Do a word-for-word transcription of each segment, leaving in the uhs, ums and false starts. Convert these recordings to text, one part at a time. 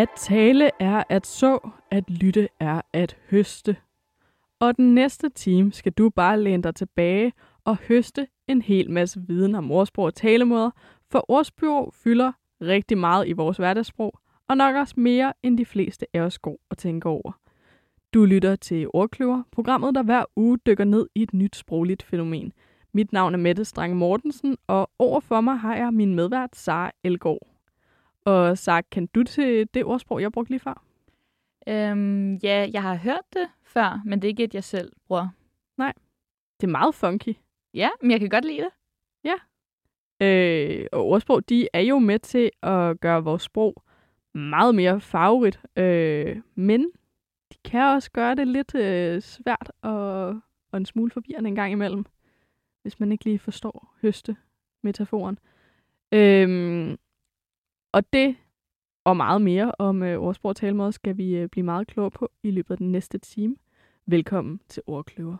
At tale er at så, at lytte er at høste. Og den næste time skal du bare læne dig tilbage og høste en hel masse viden om ordsprog og talemåder, for ordsprog fylder rigtig meget i vores hverdagssprog, og nok også mere end de fleste af os går og tænker over. Du lytter til Ordkløver, programmet, der hver uge dykker ned i et nyt sprogligt fænomen. Mit navn er Mette Strange Mortensen, og overfor mig har jeg min medvært, Sara Elgaard. Og Sara, kan du til det ordsprog, jeg brugte lige før? Øhm, ja, jeg har hørt det før, men det er ikke et, jeg selv bruger. Nej, det er meget funky. Ja, men jeg kan godt lide det. Ja. Øh, og ordsprog, de er jo med til at gøre vores sprog meget mere farverigt. Øh, men de kan også gøre det lidt øh, svært og, og en smule forvirrende en gang imellem, hvis man ikke lige forstår høste-metaforen. Øh, og det og meget mere om øh, ordsprog og talemåder skal vi øh, blive meget klogere på i løbet af den næste time. Velkommen til Ordkløver.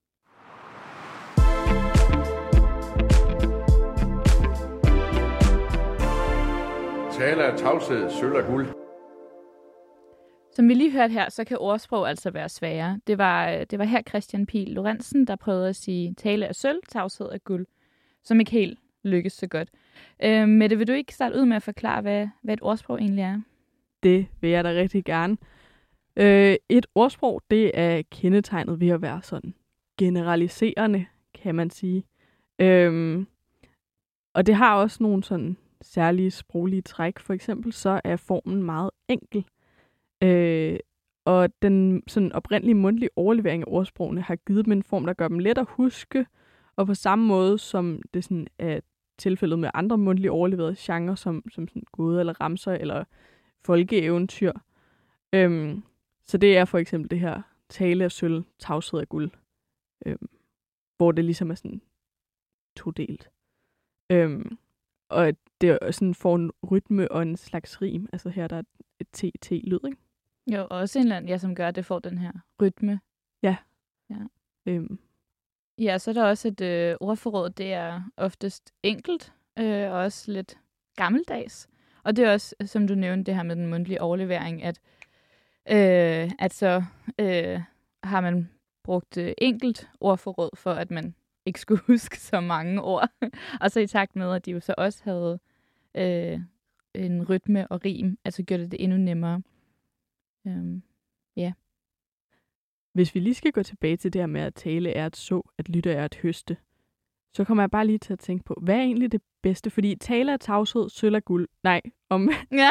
Tale af tavshed, sølv og guld. Som vi lige hørte her, så kan ordsprog altså være svære. Det var, det var her Christian Pihl Lorentzen, der prøvede at sige tale af sølv, tavshed af guld, som ikke helt lykkes så godt. Øh, Mette, vil du ikke starte ud med at forklare, hvad, hvad et ordsprog egentlig er? Det vil jeg da rigtig gerne. Øh, et ordsprog, det er kendetegnet ved at være sådan generaliserende, kan man sige. Øh, og det har også nogle sådan særlige sproglige træk. For eksempel så er formen meget enkel. Øh, og den sådan oprindelige mundtlige overlevering af ordsprogene har givet dem en form, der gør dem let at huske, og på samme måde som det sådan er tilfældet med andre mundtlige overleverede genrer, som, som sådan gåde eller ramser eller folkeeventyr. Øhm, så det er for eksempel det her tale af sølv, tavshed af guld, øhm, hvor det ligesom er sådan todelt. Øhm, og det er sådan får en rytme og en slags rim. Altså her der er et T-T-lyd, ikke? Jo, og også en eller anden, ja, som gør, at det får den her rytme. Ja. Ja, Øhm. ja så er der også et øh, ordforråd, det er oftest enkelt, øh, og også lidt gammeldags. Og det er også, som du nævnte, det her med den mundtlige overlevering, at, øh, at så øh, har man brugt øh, enkelt ordforråd for, at man ikke skulle huske så mange ord. Og så i takt med, at de jo så også havde øh, en rytme og rim, altså gjorde det det endnu nemmere. Um, yeah. Hvis vi lige skal gå tilbage til det her med, at tale er at så, at lytte er at høste, så kommer jeg bare lige til at tænke på, hvad er egentlig det bedste? Fordi tale er tavshed, sølv er guld. Nej, om... Ja.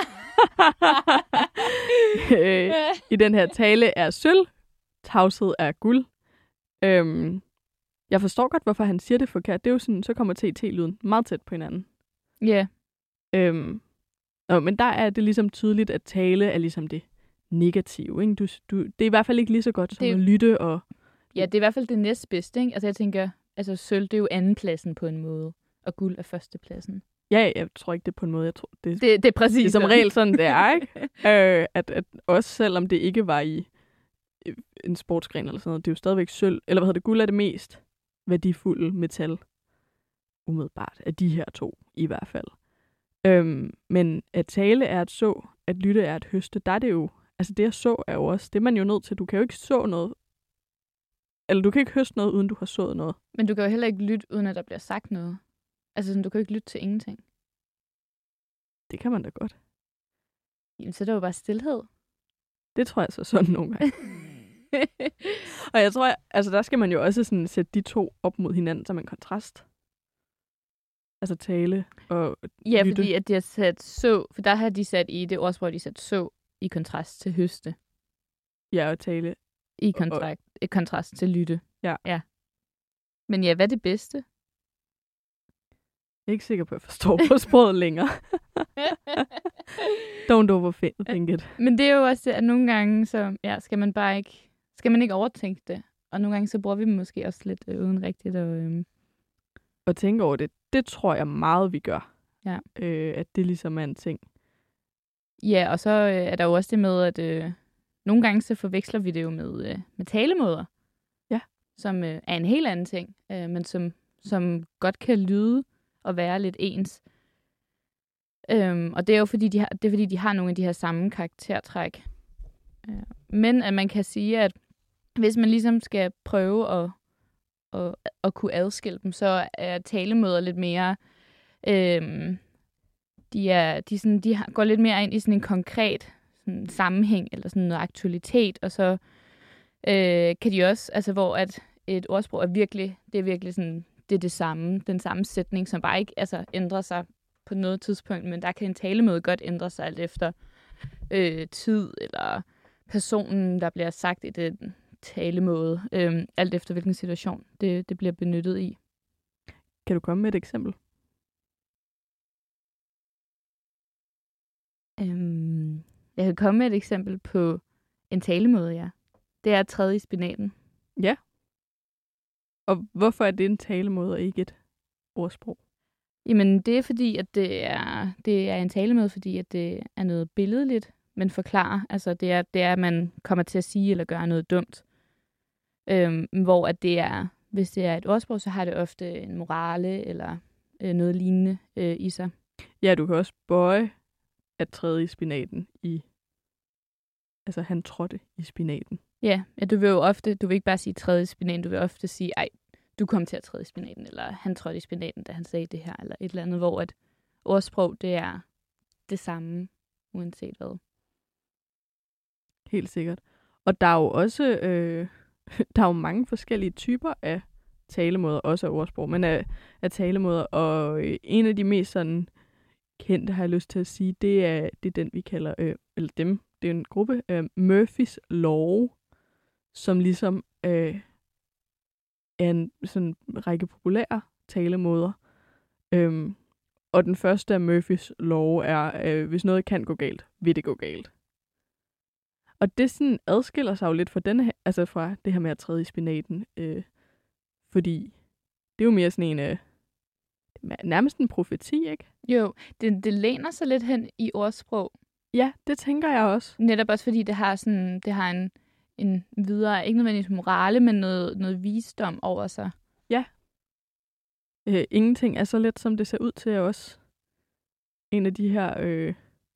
øh, I den her tale er sølv, tavshed er guld. Øhm, jeg forstår godt, hvorfor han siger det forkert. Det er jo sådan, så kommer T-T-lyden meget tæt på hinanden. Ja. Yeah. Øhm, øh, men der er det ligesom tydeligt, at tale er ligesom det negative, ikke? Du, du, det er i hvert fald ikke lige så godt som det, at lytte og... Ja, det er i hvert fald det næstbedste, ikke? Altså jeg tænker, altså sølv, det er jo andenpladsen på en måde, og guld er førstepladsen. Ja, jeg tror ikke, det er på en måde. Jeg tror, det, det, det er præcis det er som regel sådan, det er, ikke? øh, at, at også selvom det ikke var i en sportsgren eller sådan noget, det er jo stadigvæk sølv, eller hvad hedder det, guld er det mest værdifulde metal, umiddelbart, af de her to i hvert fald. Øhm, men at tale er at så, at lytte er at høste, der er det jo, altså det at så er jo også, det er man jo nødt til. Du kan jo ikke så noget, eller du kan ikke høste noget, uden du har sået noget. Men du kan jo heller ikke lytte, uden at der bliver sagt noget. Altså sådan, du kan jo ikke lytte til ingenting. Det kan man da godt. Jamen, så er det jo bare stilhed. Det tror jeg så sådan nogle gange. Og jeg tror, altså der skal man jo også sådan sætte de to op mod hinanden som en kontrast. Altså tale og ja, lytte. Fordi at de har sat så, for der har de sat i det ordsprog, de sat så i kontrast til høste. Ja, og tale. I kontrakt, og, og, kontrast til lytte. Ja. ja. Men ja, hvad er det bedste? Jeg er ikke sikker på, at jeg forstår på sproget længere. Don't overthink it. Men det er jo også det, at nogle gange, så ja, skal man bare ikke, skal man ikke overtænke det. Og nogle gange, så bruger vi dem måske også lidt øh, uden rigtigt at... Øh... at tænke over det. Det tror jeg meget, vi gør. Ja. Øh, at det ligesom er en ting. Ja, og så øh, er der jo også det med, at øh, nogle gange så forveksler vi det jo med, øh, med talemåder. Ja. Som øh, er en helt anden ting, øh, men som, som godt kan lyde og være lidt ens. Øhm, og det er jo fordi de, har, det er, fordi, de har nogle af de her samme karaktertræk. Ja. Men at man kan sige, at hvis man ligesom skal prøve at, at, at kunne adskille dem, så er talemåder lidt mere... Øhm, de er, de, sådan, de har, går lidt mere ind i sådan en konkret sådan sammenhæng, eller sådan noget aktualitet, og så øh, kan de også, altså hvor at et ordsprog er virkelig, det er virkelig sådan, det er det samme, den samme sætning, som bare ikke altså, ændrer sig på noget tidspunkt, men der kan en talemåde godt ændre sig alt efter øh, tid, eller personen, der bliver sagt i den talemåde, øh, alt efter hvilken situation det, det bliver benyttet i. Kan du komme med et eksempel? Øhm, jeg kan komme med et eksempel på en talemåde, ja. Det er at træde i spinaten. Ja. Og hvorfor er det en talemåde og ikke et ordsprog? Jamen, det er fordi, at det er, det er en talemåde, fordi at det er noget billedligt, men forklarer. Altså, det er, det er, at man kommer til at sige eller gøre noget dumt. Øhm, hvor at det er, hvis det er et ordsprog, så har det ofte en morale eller øh, noget lignende øh, i sig. Ja, du kan også bøje at træde i spinaten i... Altså, han trådte i spinaten. Ja, ja, du vil jo ofte, du vil ikke bare sige træde i spinaten, du vil ofte sige, ej, du kom til at træde i spinaten, eller han trådte i spinaten, da han sagde det her, eller et eller andet, hvor et ordsprog, det er det samme, uanset hvad. Helt sikkert. Og der er jo også øh, der er jo mange forskellige typer af talemåder, også af ordsprog, men af, af talemåder, og øh, en af de mest sådan kendte, har jeg lyst til at sige, det er, det er den, vi kalder, øh, eller dem, det er en gruppe, øh, Murphys Law, som ligesom øh, er en sådan række populære talemåder. Øhm, og den første af Murphys Law er, øh, hvis noget kan gå galt, vil det gå galt. Og det sådan adskiller sig jo lidt fra, denne her, altså fra det her med at træde i spinaten, øh, fordi det er jo mere sådan en, øh, nærmest en profeti, ikke? Jo, det, det læner sig lidt hen i ordsprog. Ja, det tænker jeg også. Netop også fordi det har sådan, det har en, en videre, ikke nødvendigvis morale, men noget, noget visdom over sig. Ja. Øh, ingenting er så let, som det ser ud til os. En af de her, øh,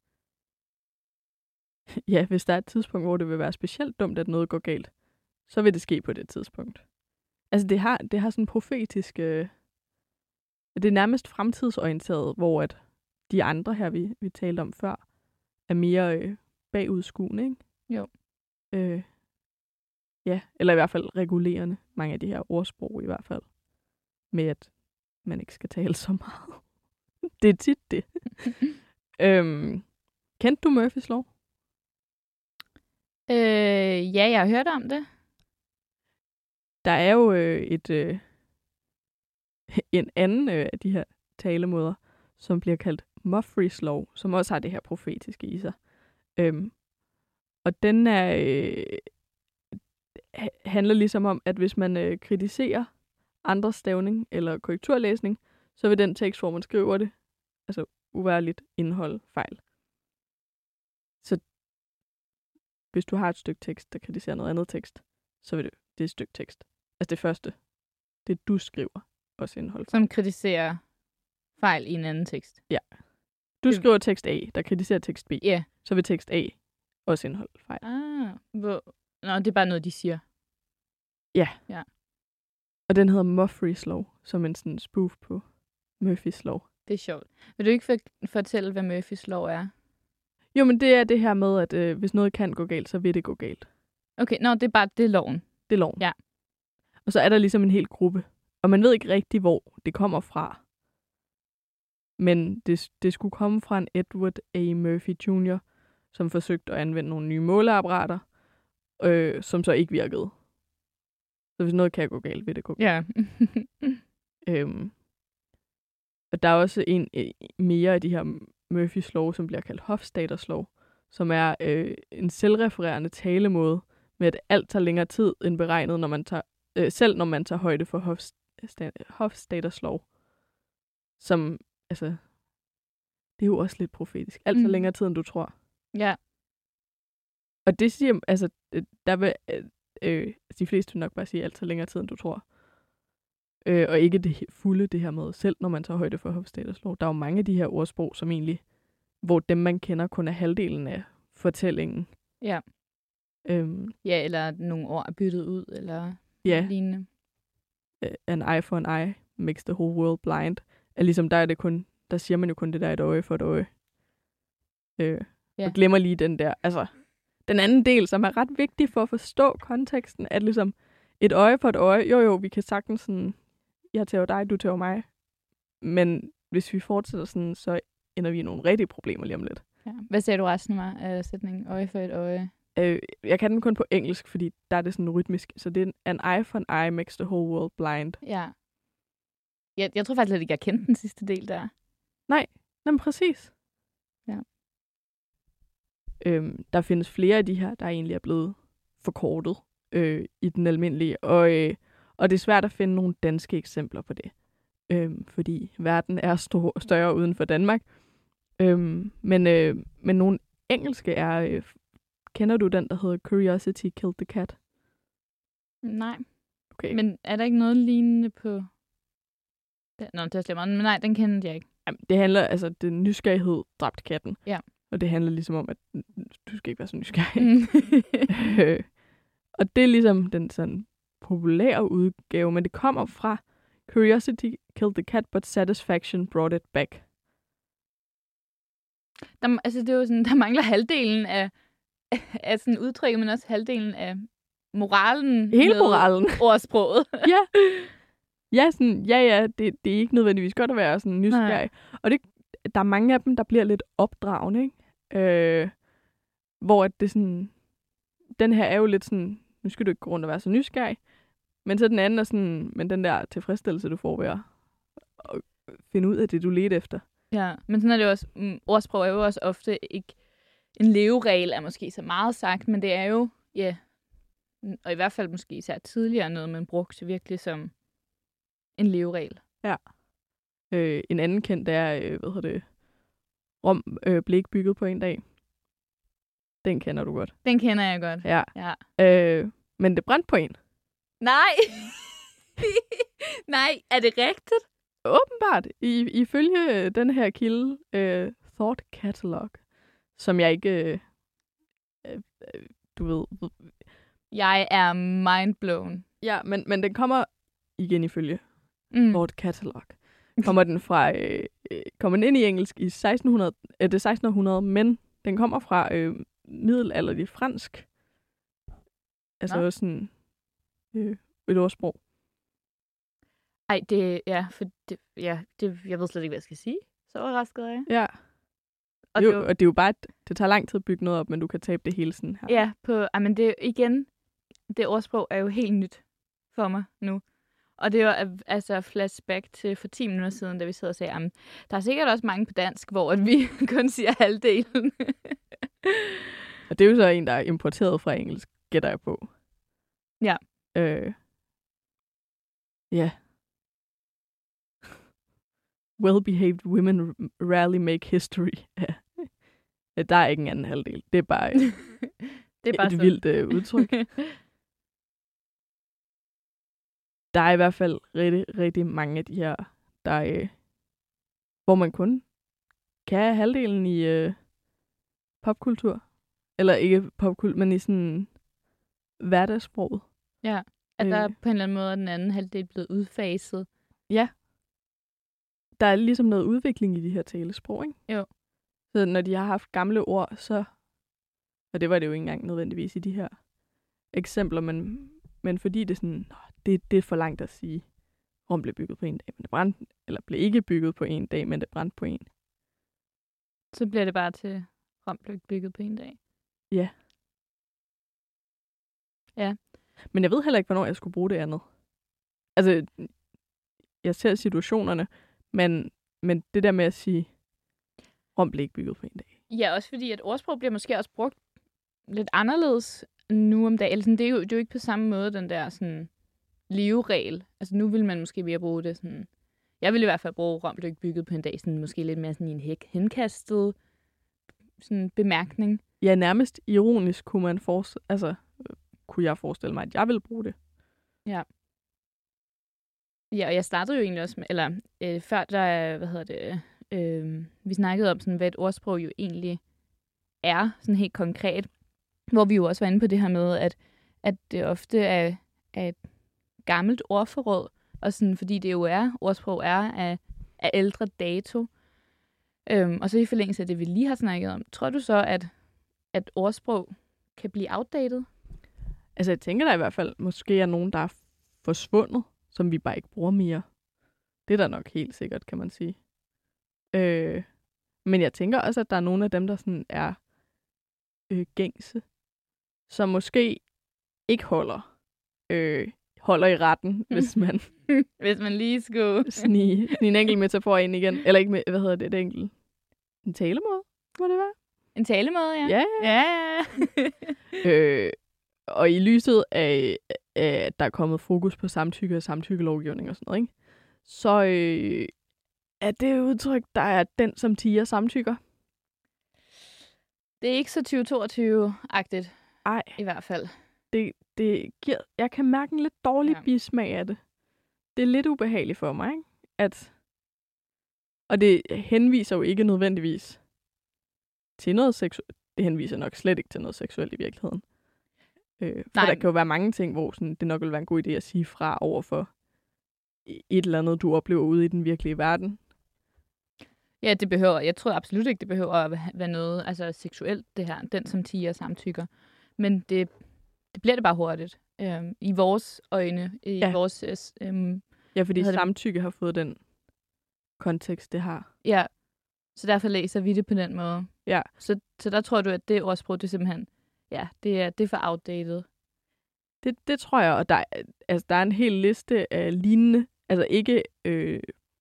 ja, hvis der er et tidspunkt, hvor det vil være specielt dumt, at noget går galt, så vil det ske på det tidspunkt. Altså, det har, det har sådan en profetisk, øh, det er nærmest fremtidsorienteret, hvor at de andre her, vi, vi talte om før, er mere øh, bagudskuende, ikke? Jo. Øh, ja, eller i hvert fald regulerende. Mange af de her ordsprog i hvert fald. Med at man ikke skal tale så meget. Det er tit det. øhm, kendte du Murphys Law? Øh, ja, jeg har hørt om det. Der er jo øh, et øh, en anden øh, af de her talemåder, som bliver kaldt Murphys Law, som også har det her profetiske i sig. Øhm, og den er, øh, handler ligesom om, at hvis man øh, kritiserer andres stavning eller korrekturlæsning, så vil den tekst, hvor man skriver det, altså uværligt indhold fejl. Så hvis du har et stykke tekst, der kritiserer noget andet tekst, så vil det, det er et stykke tekst. Altså det første, det du skriver, også indhold fejl. Som kritiserer fejl i en anden tekst. Ja. Du Det... skriver tekst A, der kritiserer tekst B. Ja. Yeah. Så vil tekst A også indeholde fejl. Ah, hvor... Nå, det er bare noget, de siger. Ja. Ja. Og den hedder Murphys Law, som en sådan spoof på Murphys Law. Det er sjovt. Vil du ikke for- fortælle, hvad Murphys Law er? Jo, men det er det her med, at øh, hvis noget kan gå galt, så vil det gå galt. Okay, nå, det er bare, det er loven. Det er loven. Ja. Og så er der ligesom en hel gruppe. Og man ved ikke rigtig, hvor det kommer fra. Men det, det skulle komme fra en Edward A. Murphy junior, som forsøgte at anvende nogle nye måleapparater, øh, som så ikke virkede. Så hvis noget kan gå galt, vil det gå galt. Ja. øhm, og der er også en mere af de her Murphys Law, som bliver kaldt Hofstadters Law, som er øh, en selvrefererende talemåde med, at alt tager længere tid end beregnet, når man tager, øh, selv når man tager højde for Hofstadters Law. Som, altså, det er jo også lidt profetisk. Alt tager mm. længere tid, end du tror. Ja. Og det siger, altså, der vil, øh, de fleste vil nok bare sige, at alt tager længere tid, end du tror. Øh, og ikke det fulde, det her med, selv når man tager højde for Hofstadters Law. Der er jo mange af de her ordsprog, som egentlig hvor dem, man kender, kun er halvdelen af fortællingen. Ja. Øhm, Ja, eller nogle ord er byttet ud, eller ja, lignende. øh, an eye for an eye makes the whole world blind. Er ligesom, der er det kun, der siger man jo kun det der et øje for et øje. Øh, Ja. Og glemmer lige den der, altså, den anden del, som er ret vigtig for at forstå konteksten, at ligesom, et øje for et øje, jo jo, vi kan sagtens sådan, jeg tæver dig, du tæver mig. Men hvis vi fortsætter sådan, så ender vi i nogle rigtige problemer lige om lidt. Ja. Hvad sagde du resten af af sætningen? Øje for et øje. Øh, jeg kan den kun på engelsk, fordi der er det sådan rytmisk. Så det er an eye for an eye makes the whole world blind. Ja. Jeg, jeg tror faktisk at ikke, jeg kendte den sidste del der. Jamen præcis. Ja. Øhm, der findes flere af de her, der egentlig er blevet forkortet øh, i den almindelige. Og, øh, og det er svært at finde nogle danske eksempler på det. Øhm, fordi verden er stor, større uden for Danmark. Øhm, men, øh, men nogle engelske er... Øh, kender du den, der hedder Curiosity Killed the Cat? Nej. Okay. Men er der ikke noget lignende på... Den- Nå, det er slemmer. Men nej, den kendte jeg ikke. Jamen, det handler, altså, det nysgerrighed dræbte katten. Ja. Og det handler ligesom om, at du skal ikke være så nysgerrig. Mm. Øh, og det er ligesom den sådan populære udgave, men det kommer fra Curiosity killed the cat, but satisfaction brought it back. Der, altså, det er jo sådan, der mangler halvdelen af, af sådan udtryk, men også halvdelen af moralen. Hele med moralen. Ordsproget. Ja. Ja, sådan, ja, ja, det, det er ikke nødvendigvis godt at være sådan nysgerrig. Nej. Og det, der er mange af dem, der bliver lidt opdragende, ikke? Øh, hvor at det sådan, den her er jo lidt sådan, nu skal du ikke gå rundt og være så nysgerrig, men så den anden er sådan, men den der tilfredsstillelse, du får ved at at finde ud af det, du ledte efter. Ja, men sådan er det jo også, mm, ordsprog er jo også ofte ikke, en leveregel er måske så meget sagt, men det er jo, ja, og i hvert fald måske især tidligere noget, man brugte virkelig som en leveregel. Ja. Øh, en anden kendt er, øh, hvad hedder det, Rom øh, blev ikke bygget på en dag. Den kender du godt. Den kender jeg godt. Ja. Ja. Øh, men det brændte på en. Nej! Nej, er det rigtigt? Åbenbart, i, ifølge den her kilde, øh, Thought Catalog, som jeg ikke, øh, øh, du ved... Jeg er mindblown. Ja, men, men den kommer igen ifølge Mm. Thought Catalog. Kommer den fra, øh, øh, kommer den ind i engelsk i seksten hundrede, øh, det seksten hundrede, men den kommer fra øh, middelalderlig fransk. Altså Nå. sådan øh, et ordsprog. Ej, det, ja, for det, ja, det, jeg ved slet ikke, hvad jeg skal sige. Så overrasket er jeg. Ja. Og jo, det, var- og det er jo bare, et- det tager lang tid at bygge noget op, men du kan tabe det hele sådan her. Ja, på, ej, men det er igen, det ordsprog er jo helt nyt for mig nu. Og det var øh, altså flashback til for ti minutter siden, da vi sad og sagde, at der er sikkert også mange på dansk, hvor at vi kun siger halvdelen. Og det er jo så en, der er importeret fra engelsk, gætter jeg på. Ja. Øh. Ja. Well-behaved women rarely make history. Ja. Ja, der er ikke en anden halvdel. Det er bare, øh, det er bare et sådan. vildt øh, udtryk. Der er i hvert fald rigtig, rigtig mange af de her, der øh, hvor man kun kan have halvdelen i øh, popkultur. Eller ikke popkultur, men i sådan hverdagssproget. Ja, at der Øh. er på en eller anden måde er den anden halvdel blevet udfaset. Ja. Der er ligesom noget udvikling i de her talesprog, ikke? Jo. Så når de har haft gamle ord, så... Og det var det jo ikke engang nødvendigvis i de her eksempler, men, men fordi det er sådan... Nå, det, det er for langt at sige, Rom blev bygget på en dag, men det brændte... Eller blev ikke bygget på en dag, men det brændte på en. Så bliver det bare til Rom blev ikke bygget på en dag. Ja. Ja. Men jeg ved heller ikke, hvornår jeg skulle bruge det andet. Altså, jeg ser situationerne, men, men det der med at sige, Rom blev ikke bygget på en dag. Ja, også fordi, at ordsprog bliver måske også brugt lidt anderledes nu om dagen. Eller sådan, det, er jo, det er jo ikke på samme måde, den der sådan, leveregel. Altså nu vil man måske mere bruge det sådan... Jeg vil i hvert fald bruge Rom blev ikke bygget på en dag, sådan, måske lidt mere sådan i en hæk, henkastet sådan, bemærkning. Ja, nærmest ironisk kunne man forestille, altså, øh, kunne jeg forestille mig, at jeg ville bruge det. Ja. Ja, og jeg startede jo egentlig også med, eller øh, før der, hvad hedder det, øh, vi snakkede om, sådan, hvad et ordsprog jo egentlig er, sådan helt konkret. Hvor vi jo også var inde på det her med, at, at det ofte er, er et gammelt ordforråd, og sådan, fordi det jo er, ordsprog er af, af ældre dato. Øhm, og så i forlængelse af det, vi lige har snakket om, tror du så, at, at ordsprog kan blive outdated? Altså, jeg tænker der i hvert fald, måske er nogen, der er forsvundet, som vi bare ikke bruger mere. Det er der nok helt sikkert, kan man sige. Øh, men jeg tænker også, at der er nogle af dem, der sådan er øh, gængse, som måske ikke holder, øh, holder i retten, hvis man hvis man lige skulle snige, snige en enkelt metafor ind igen. Eller ikke med, hvad hedder det, et enkelt? En talemåde, må det være? En talemåde, ja. Ja, ja. ja. øh, og i lyset af, at der er kommet fokus på samtykke og samtykkelovgivning og sådan noget, ikke? Så øh, er det udtryk, der er den, som tier samtykker? Det er ikke så tyve toogtyve-agtigt. Ej. I hvert fald. Det, det giver, jeg kan mærke en lidt dårlig ja. bismag af det. Det er lidt ubehageligt for mig, ikke? At, og det henviser jo ikke nødvendigvis til noget seksuelt. Det henviser nok slet ikke til noget seksuelt i virkeligheden. Øh, for Nej. der kan jo være mange ting, hvor sådan, det nok vil være en god idé at sige fra over for et eller andet, du oplever ude i den virkelige verden. Ja, det behøver, jeg tror absolut ikke, det behøver at være noget altså seksuelt, det her, den som tier samtykker. Men det, det bliver det bare hurtigt. Øhm, I vores øjne, i ja. vores... Øhm, ja, fordi samtykke har fået den kontekst, det har. Ja, så derfor læser vi det på den måde. Ja. Så, så der tror du, at det ordsprog, det er simpelthen, ja, det er, det er for outdated. Det, det tror jeg, og der, altså, der er en hel liste af lignende, altså ikke, øh,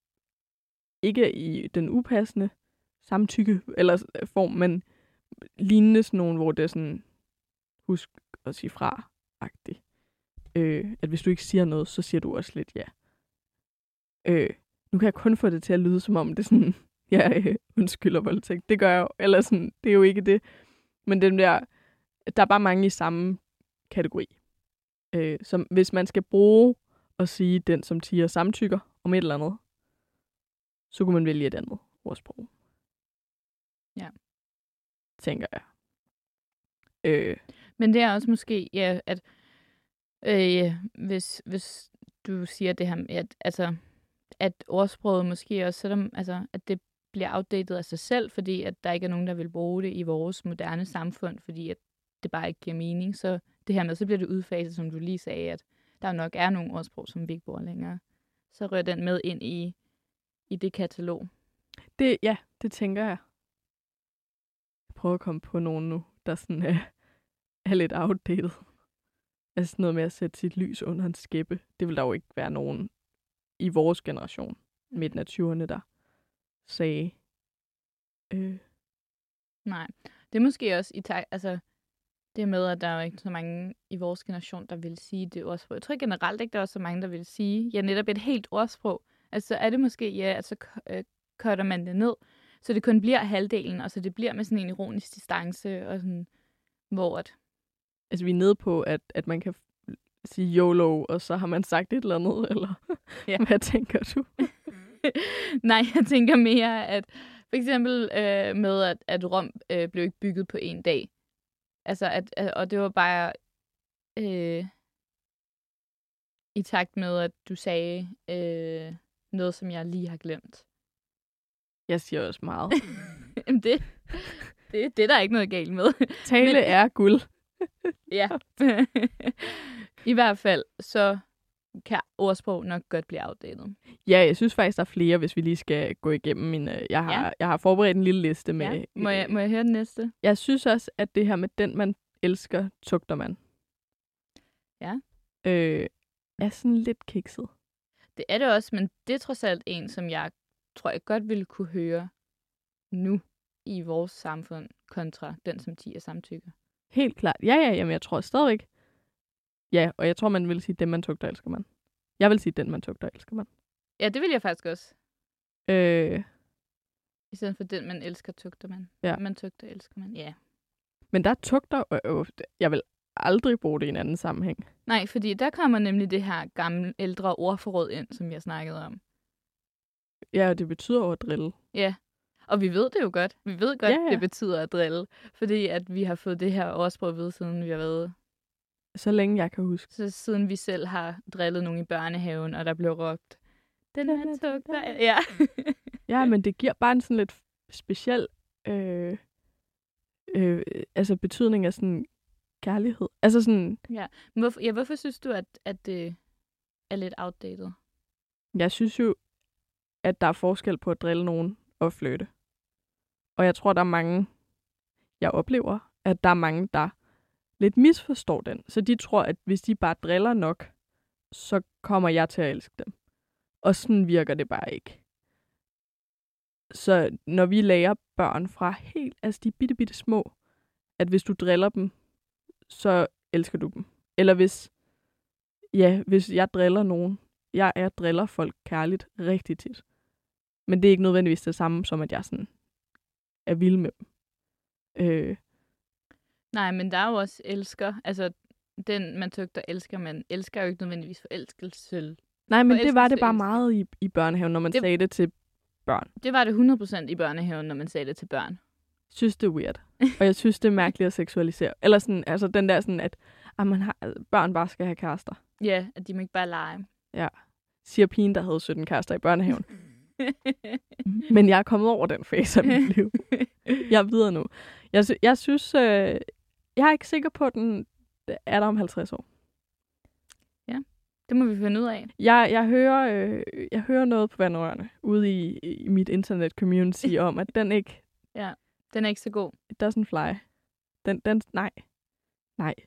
ikke i den upassende samtykke eller form, men lignende sådan nogle, hvor det er sådan, husk at sige fra-agtigt. Øh, at hvis du ikke siger noget, så siger du også lidt ja. Øh, nu kan jeg kun få det til at lyde, som om det er sådan, ja, øh, undskylder voldtægt. Det gør jeg jo, eller sådan, det er jo ikke det. Men den der, der er bare mange i samme kategori. Øh, som hvis man skal bruge og sige den, som tier samtykker om et eller andet, så kunne man vælge et andet ordsprog. Ja. Tænker jeg. Øh. Men det er også måske, ja, at øh, hvis, hvis du siger det her, at, altså, at ordsproget måske også, selvom, altså, at det bliver outdated af sig selv, fordi at der ikke er nogen, der vil bruge det i vores moderne samfund, fordi at det bare ikke giver mening, så det her med, så bliver det udfaset, som du lige sagde, at der nok er nogle ordsprog, som vi ikke bruger længere. Så rører den med ind i, i det katalog. Det, ja, det tænker jeg. Jeg prøver at komme på nogen nu, der sådan er, er lidt outdated. Altså noget med at sætte sit lys under en skæppe. Det vil der jo ikke være nogen i vores generation, midten af tyverne, der sagde. Øh. Nej, det er måske også i tag, altså det med, at der er ikke så mange i vores generation, der vil sige det ordsprog. Jeg tror generelt ikke, der er så mange, der vil sige, ja, netop et helt ordsprog. Altså er det måske, ja, altså cutter man det ned, så det kun bliver halvdelen, og så det bliver med sådan en ironisk distance, og sådan, hvor at... Altså vi er nede på, at, at man kan sige YOLO, og så har man sagt et eller andet, eller ja. Hvad tænker du? Nej, jeg tænker mere, at for eksempel øh, med, at, at Rom øh, blev ikke bygget på en dag. Altså, at, at, og det var bare øh, i takt med, at du sagde øh, noget, som jeg lige har glemt. Jeg siger også meget. Jamen det, det, det er der ikke noget galt med. Tale Men, er guld. Ja. I hvert fald, så kan ordsprog nok godt blive outdated. Ja, jeg synes faktisk, der er flere, hvis vi lige skal gå igennem min... Jeg har, ja. jeg har forberedt en lille liste med... Ja. Må, jeg, må jeg høre den næste? Jeg synes også, at det her med den, man elsker, tugter man. Ja. Øh, er sådan lidt kikset. Det er det også, men det er trods alt en, som jeg tror, jeg godt ville kunne høre nu i vores samfund, kontra den, som tier samtykker. Helt klart. Ja, ja, jamen jeg tror stadigvæk. Ja, og jeg tror, man vil sige, den man tugter, elsker man. Jeg vil sige, den man tugter, elsker man. Ja, det vil jeg faktisk også. Øh... I stedet for den, man elsker, tugter man. Ja. Man tugter, elsker man, ja. Men der tugter, øh, øh, jeg vil aldrig bruge det i en anden sammenhæng. Nej, fordi der kommer nemlig det her gamle, ældre ordforråd ind, som jeg snakkede om. Ja, og det betyder jo at drille. Ja, Og vi ved det jo godt. Vi ved godt, Ja, ja. det betyder at drille. Fordi at vi har fået det her ordsprog at vide, siden vi har været... Så længe jeg kan huske. Så siden vi selv har drillet nogen i børnehaven, og der blev råbt, den er tugt der. Ja. Ja, men det giver bare en sådan lidt speciel øh, øh, altså betydning af sådan kærlighed. Altså sådan, Hvorfor, ja, hvorfor synes du, at, at det er lidt outdated? jeg synes jo, at der er forskel på at drille nogen og flytte. Og jeg tror, der er mange, jeg oplever, at der er mange, der lidt misforstår den. Så de tror, at hvis de bare driller nok, så kommer jeg til at elske dem. Og sådan virker det bare ikke. Så når vi lærer børn fra helt, altså de bitte, bitte små, at hvis du driller dem, så elsker du dem. Eller hvis, ja, hvis jeg driller nogen, jeg, jeg driller folk kærligt rigtig tit. Men det er ikke nødvendigvis det samme, som at jeg sådan er vild med dem. Øh, Nej, men der er jo også elsker. Altså, den man tygter elsker, man elsker jo ikke nødvendigvis forelskelse. nej, men det var det Forelskelse bare elsker. meget i, i børnehaven, når man Det- det, sagde det til børn. Det var det hundrede procent i børnehaven, når man sagde det til børn. Jeg synes, det er weird. Og jeg synes, det er mærkeligt at seksualisere. Eller sådan, altså den der sådan, at, at man har, altså, børn bare skal have kærester. Ja, at de må ikke bare lege. Siger pigen, der havde sytten kærester i børnehaven. Men jeg er kommet over den fase af mit liv. Jeg er videre nu. Jeg, sy- jeg synes, øh, jeg er ikke sikker på, at den er der om halvtreds år. Det må vi finde ud af. Jeg, jeg, hører, øh, jeg hører noget på vandrørene ude i, i mit internet-community om, at den ikke, Den er ikke så god. it doesn't fly. Den, den, nej. Nej.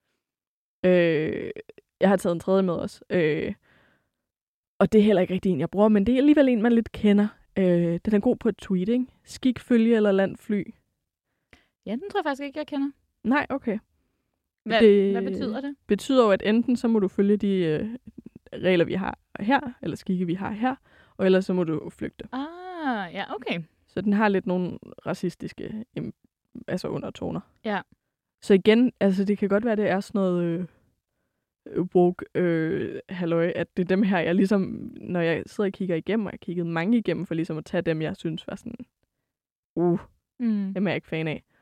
Øh, jeg har taget en tredje med os. Øh, og det er heller ikke rigtig en, jeg bruger, men det er alligevel en, man lidt kender. Øh, den er god på et tweet, ikke? Skik, følge eller landfly. Ja, den tror jeg faktisk ikke, jeg kender. Nej, okay. Hvad, Det- hvad betyder det? Betyder jo, at enten så må du følge de øh, regler, vi har her, eller skikke, vi har her, og ellers så må du flygte. Ah, ja, okay. Så den har lidt nogle racistiske im- altså undertoner. Ja. Så igen, altså det kan godt være, det er sådan noget øh, øh, woke øh, halløj, at det er dem her, jeg ligesom, når jeg sidder og kigger igennem, og jeg kiggede mange igennem, for ligesom at tage dem, jeg synes var sådan, uh, Mm. dem er jeg ikke fan af.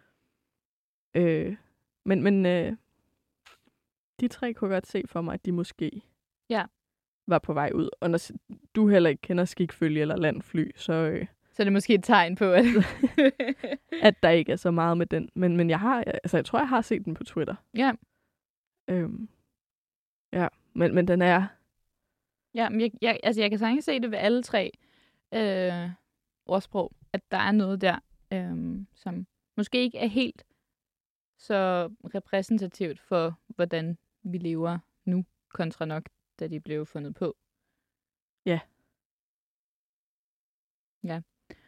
Øh, men men øh, de tre kunne godt se for mig, at de måske Ja. var på vej ud. Og når s- du heller ikke kender skikfølge eller landfly, så øh, Så er det måske et tegn på, at... at der ikke er så meget med den. Men, men jeg har, altså jeg tror, jeg har set den på Twitter. ja, Øhm, ja, men, men den er, ja men jeg, jeg, altså jeg kan sagtens se det ved alle tre øh, ordsprog, at der er noget der, øh, som måske ikke er helt så repræsentativt for, hvordan vi lever nu, kontra nok, da de blev fundet på. Ja. Ja.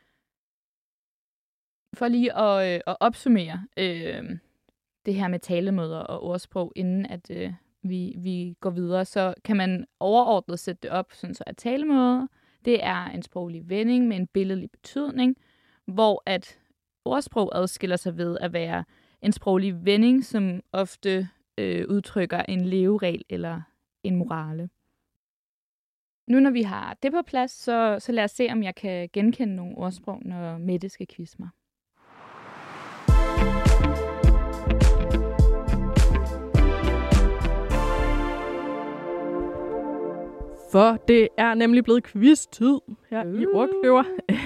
For lige at, øh, at opsummere øh, det her med talemåder og ordsprog, inden at øh, vi, vi går videre, så kan man overordnet sætte det op, sådan så at talemåder, det er en sproglig vending med en billedlig betydning, hvor at ordsprog adskiller sig ved at være en sproglig vending, som ofte øh, udtrykker en leveregel eller en morale. Nu når vi har det på plads, så, så lad os se, om jeg kan genkende nogle ordsprog, når Mette skal quizze mig. for det er nemlig blevet quiz-tid her uh. i Uh. Ordkløver.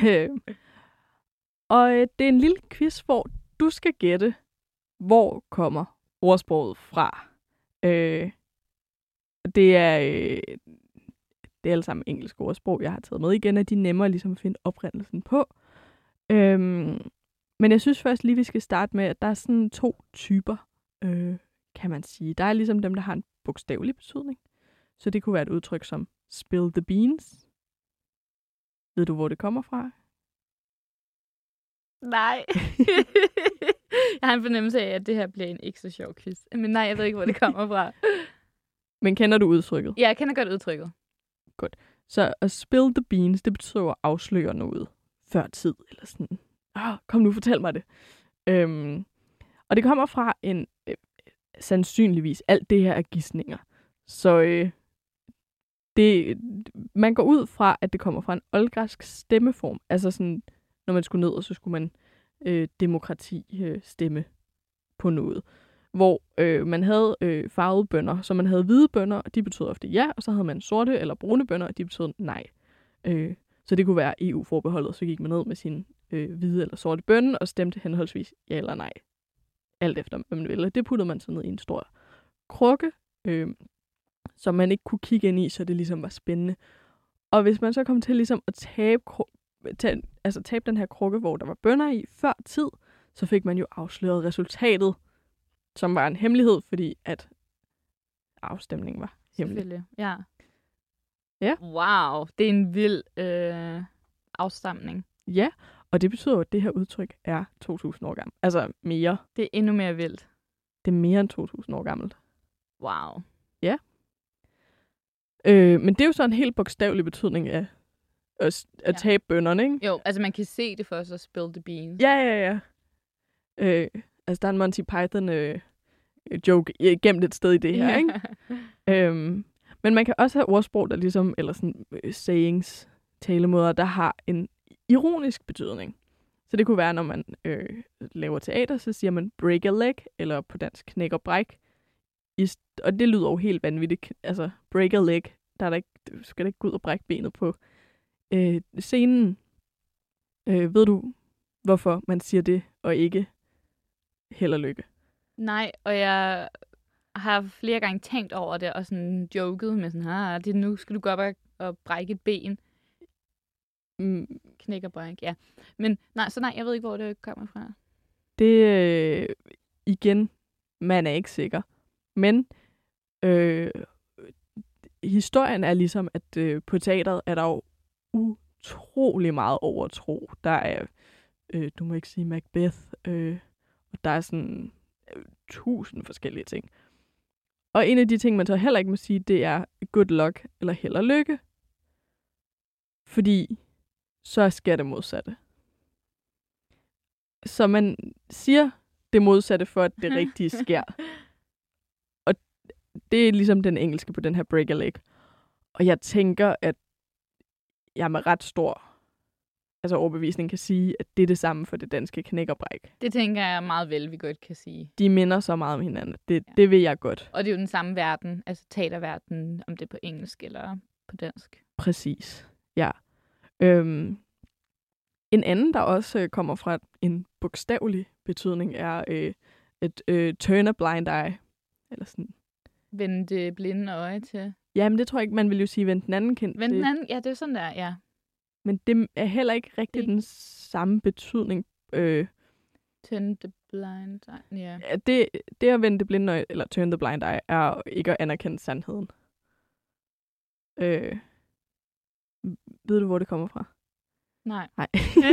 Og øh, det er en lille quiz, hvor du skal gætte, hvor kommer ordsproget fra. Øh, det er øh, det er alle sammen engelske ordsprog, jeg har taget med igen, at de er nemmere ligesom at finde oprindelsen på. Øhm, men jeg synes først lige, vi skal starte med, at der er sådan to typer, øh, kan man sige. Der er ligesom dem, der har en bogstavelig betydning. Så det kunne være et udtryk som spill the beans. Ved du, hvor det kommer fra? Nej. Jeg har en fornemmelse af, at det her bliver en ikke så sjov quiz. Men nej, jeg ved ikke, hvor det kommer fra. Men kender du udtrykket? Ja, jeg kender godt udtrykket. Så at spill the beans, det betyder jo at afsløre noget før tid. Eller sådan, ah, kom nu, fortæl mig det. Øhm, og det kommer fra en, øh, sandsynligvis, alt det her er gidsninger. Så øh, det, man går ud fra, at det kommer fra en oldgræsk stemmeform. Altså sådan når man skulle ned, og så skulle man øh, demokrati øh, stemme på noget. Hvor øh, man havde øh, farvede bønner, så man havde hvide bønner, og de betød ofte ja, og så havde man sorte eller brune bønner, og de betød nej. Øh, så det kunne være E U-forbeholdet, så gik man ned med sin øh, hvide eller sorte bønne, og stemte henholdsvis ja eller nej. Alt efter, hvad man ville. Det puttede man så ned i en stor krukke, øh, som man ikke kunne kigge ind i, så det ligesom var spændende. Og hvis man så kom til ligesom at tabe, tage, altså tabe den her krukke, hvor der var bønner i før tid, så fik man jo afsløret resultatet, som var en hemmelighed, fordi at afstemningen var hemmelig. Selvfølgelig, ja. Ja. Wow, det er en vild øh, afstamning. Ja, og det betyder jo, at det her udtryk er to tusind år gammelt. Altså mere. Det er endnu mere vildt. Det er mere end to tusind år gammelt. Wow. Ja. Øh, men det er jo så en helt bogstavelig betydning af at, at Ja. tabe bønnerne, ikke? Jo, altså man kan se det for sig, spill the beans. Ja, ja, ja. Øh, altså, der er en Monty Python øh, joke gemt et sted i det her, ikke? øhm, men man kan også have ordsprog, der ligesom, eller sådan øh, sayings, talemåder, der har en ironisk betydning. Så det kunne være, når man øh, laver teater, så siger man break a leg, eller på dansk knæk og bræk. I, og det lyder jo helt vanvittigt. Altså, break a leg, der er der ikke, du skal da ikke gå ud og brække benet på øh, scenen. Øh, ved du, hvorfor man siger det, og ikke held og lykke? Nej, og jeg har flere gange tænkt over det, og sådan joket med sådan, ah, det nu skal du gå op og, og brække et ben. Mm, Knæk og bræk, ja. Men nej, så nej, jeg ved ikke, hvor det kommer fra. det, øh, igen, man er ikke sikker. Men øh, historien er ligesom, at øh, på teateret er der jo utrolig meget overtro. Der er, øh, du må ikke sige Macbeth, øh, og der er sådan øh, tusind forskellige ting. Og en af de ting, man så heller ikke må sige, det er good luck eller held og lykke. Fordi så sker det modsatte. Så man siger det modsatte for, at det rigtige sker. Og det er ligesom den engelske på den her break a leg. Og jeg tænker, at jeg med ret stor altså overbevisning kan sige, at det er det samme for det danske knæk og bræk. Det tænker jeg meget vel, vi godt kan sige. De minder så meget om hinanden. Det, Ja. det vil jeg godt. Og det er jo den samme verden, altså teaterverden, om det er på engelsk eller på dansk. Præcis, ja. Øhm, en anden, der også øh, kommer fra en bogstavelig betydning, er øh, et øh, turn a blind eye. Eller sådan. Vend det blinde øje til. Jamen, det tror jeg ikke, man vil jo sige, vend den anden kind. Vend det, den anden, ja, det er sådan der, ja. Men det er heller ikke rigtig Det- den samme betydning. Øh, Turn the blind eye, ja. Ja, det, det at vende det blinde øje, eller turn the blind eye, er ikke at anerkende sandheden. Øh, ved du, hvor det kommer fra? Nej. Nej.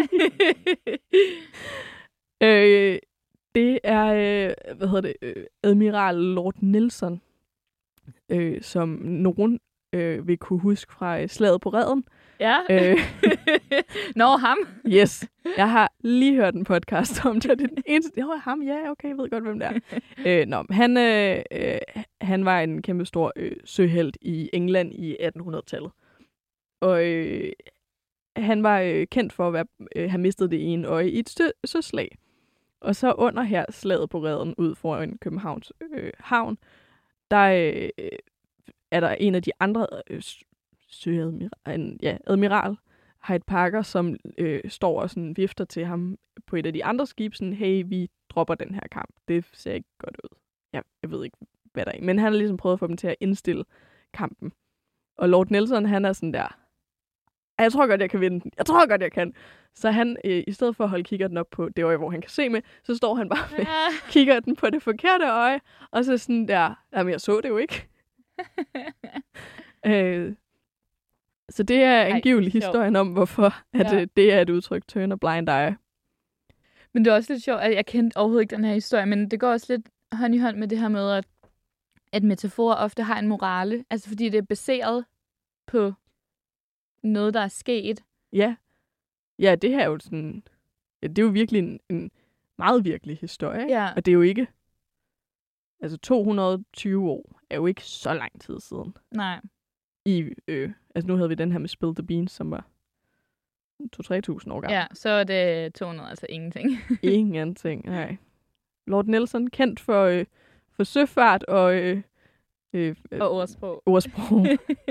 øh, det er, øh, hvad hedder det, øh, Admiral Lord Nelson, øh, som nogen øh, vil kunne huske fra øh, slaget på Reden. Ja. Øh, Nå, ham. yes, jeg har lige hørt en podcast om det. Det er den eneste. Det var ham, ja, okay, jeg ved godt, hvem det er. øh, nå, han, øh, øh, han var en kæmpe stor øh, søhelt i England i attenhundredetallet. Og øh, han var øh, kendt for at være, øh, have mistet det ene øje i et sø- søslag. Og så under her slaget på Reden ud foran Københavns øh, havn, der øh, er der en af de andre øh, søadmiral, ja, admiral, Hyde Parker, som øh, står og sådan vifter til ham på et af de andre skibe, sådan, hey, vi dropper den her kamp. Det ser ikke godt ud. Ja, jeg ved ikke, hvad der er. Men han har ligesom prøvet at få dem til at indstille kampen. Og Lord Nelson, han er sådan der, jeg tror godt, jeg kan vinde den. Jeg tror godt, jeg kan. Så han, øh, i stedet for at holde kikkerten op på det øje, hvor han kan se med, så står han bare med kikkerten på det forkerte øje, og så sådan der, jamen jeg så det jo ikke. øh, så det er angiveligt historien om, hvorfor at, Ja. øh, det er et udtryk, turn a blind eye. Men det er også lidt sjovt, at jeg kendte overhovedet ikke den her historie, men det går også lidt hånd i hånd med det her med, at, at metaforer ofte har en morale. Altså fordi det er baseret på noget, der er sket. Ja. Ja, det her er jo sådan, ja, det er jo virkelig en, en meget virkelig historie, ikke? Ja. Og det er jo ikke, altså to hundrede og tyve år er jo ikke så lang tid siden. Nej. I, øh, altså nu havde vi den her med Spill the Beans, som var to til tre tusind år gammel. Ja, så er det to hundrede, altså ingenting. Ingenting, nej. Lord Nelson, kendt for, øh, for søfart og... Øh, øh, Og ordsprog. ordsprog.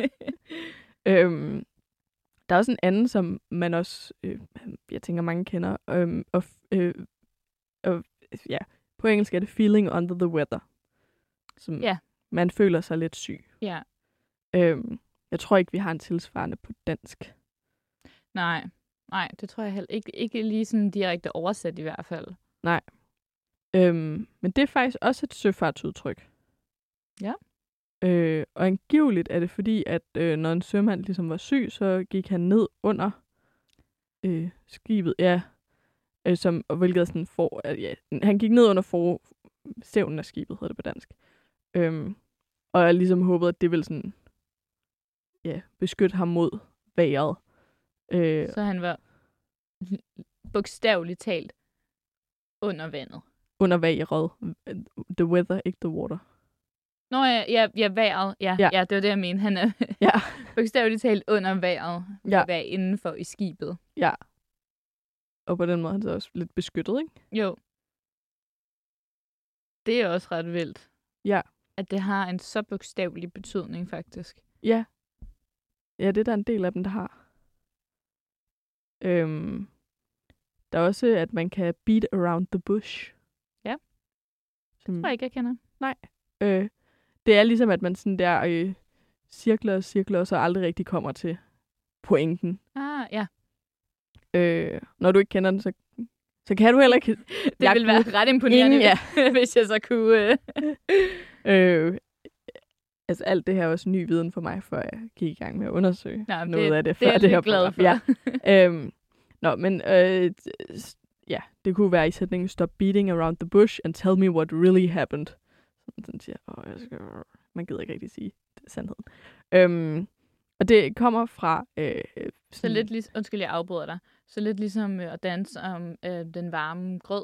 øhm, der er også en anden, som man også, øh, jeg tænker, mange kender. Øh, og, øh, og, ja, på engelsk er det feeling under the weather. Som Ja. man føler sig lidt syg. Ja, Øhm, jeg tror ikke, vi har en tilsvarende på dansk. nej. Nej, det tror jeg heller ikke. Ikke lige sådan direkte oversat i hvert fald. Øhm, men det er faktisk også et søfartsudtryk. Ja. Øh, og angiveligt er det fordi, at øh, når en sømand ligesom var syg, så gik han ned under øh, skibet, ja, øh, som, og hvilket er sådan for, øh, ja, han gik ned under for stævnen af skibet, hedder det på dansk. Øhm, og jeg ligesom håbede, at det ville sådan, ja, beskytte ham mod vejret. Øh, Så han var bogstaveligt talt under vandet. under vejret. The weather, ikke the water. Nå ja, ja, ja vejret. Ja, Ja. ja. ja, det var det, jeg mente. Han er Ja. bogstaveligt talt under vejret. Ja. Ja. Vejr indenfor i skibet. Ja. Og på den måde er han så også lidt beskyttet, ikke? Jo. Det er også ret vildt. Ja. At det har en så bogstavelig betydning, faktisk. Ja. Ja, det er der en del af dem, der har. Øhm, der er også, at man kan beat around the bush. Ja. Som, Det tror jeg ikke, jeg kender. øh, det er ligesom, at man sådan der øh, cirkler og cirkler, og så aldrig rigtig kommer til pointen. Ah, ja. Øh, når du ikke kender den, så, så kan du heller ikke... Det Jeg ville være kunne- ret imponerende, Ingen, ja. hvis jeg så kunne... Øh... Øh, altså alt det her er også ny viden for mig, før jeg gik i gang med at undersøge Nå, noget det, af det det før er det, jeg her lidt glad program. for. Ja. Øhm, nå, men øh, s- ja, det kunne være i sætningen Stop beating around the bush and tell me what really happened. Sådan, sådan siger, åh, jeg skal... man gider ikke rigtig sige det er sandheden. Øhm, og det kommer fra... Øh, Så lidt ligesom... Undskyld, jeg afbryder dig. Så lidt ligesom øh, at danse om øh, den varme grød.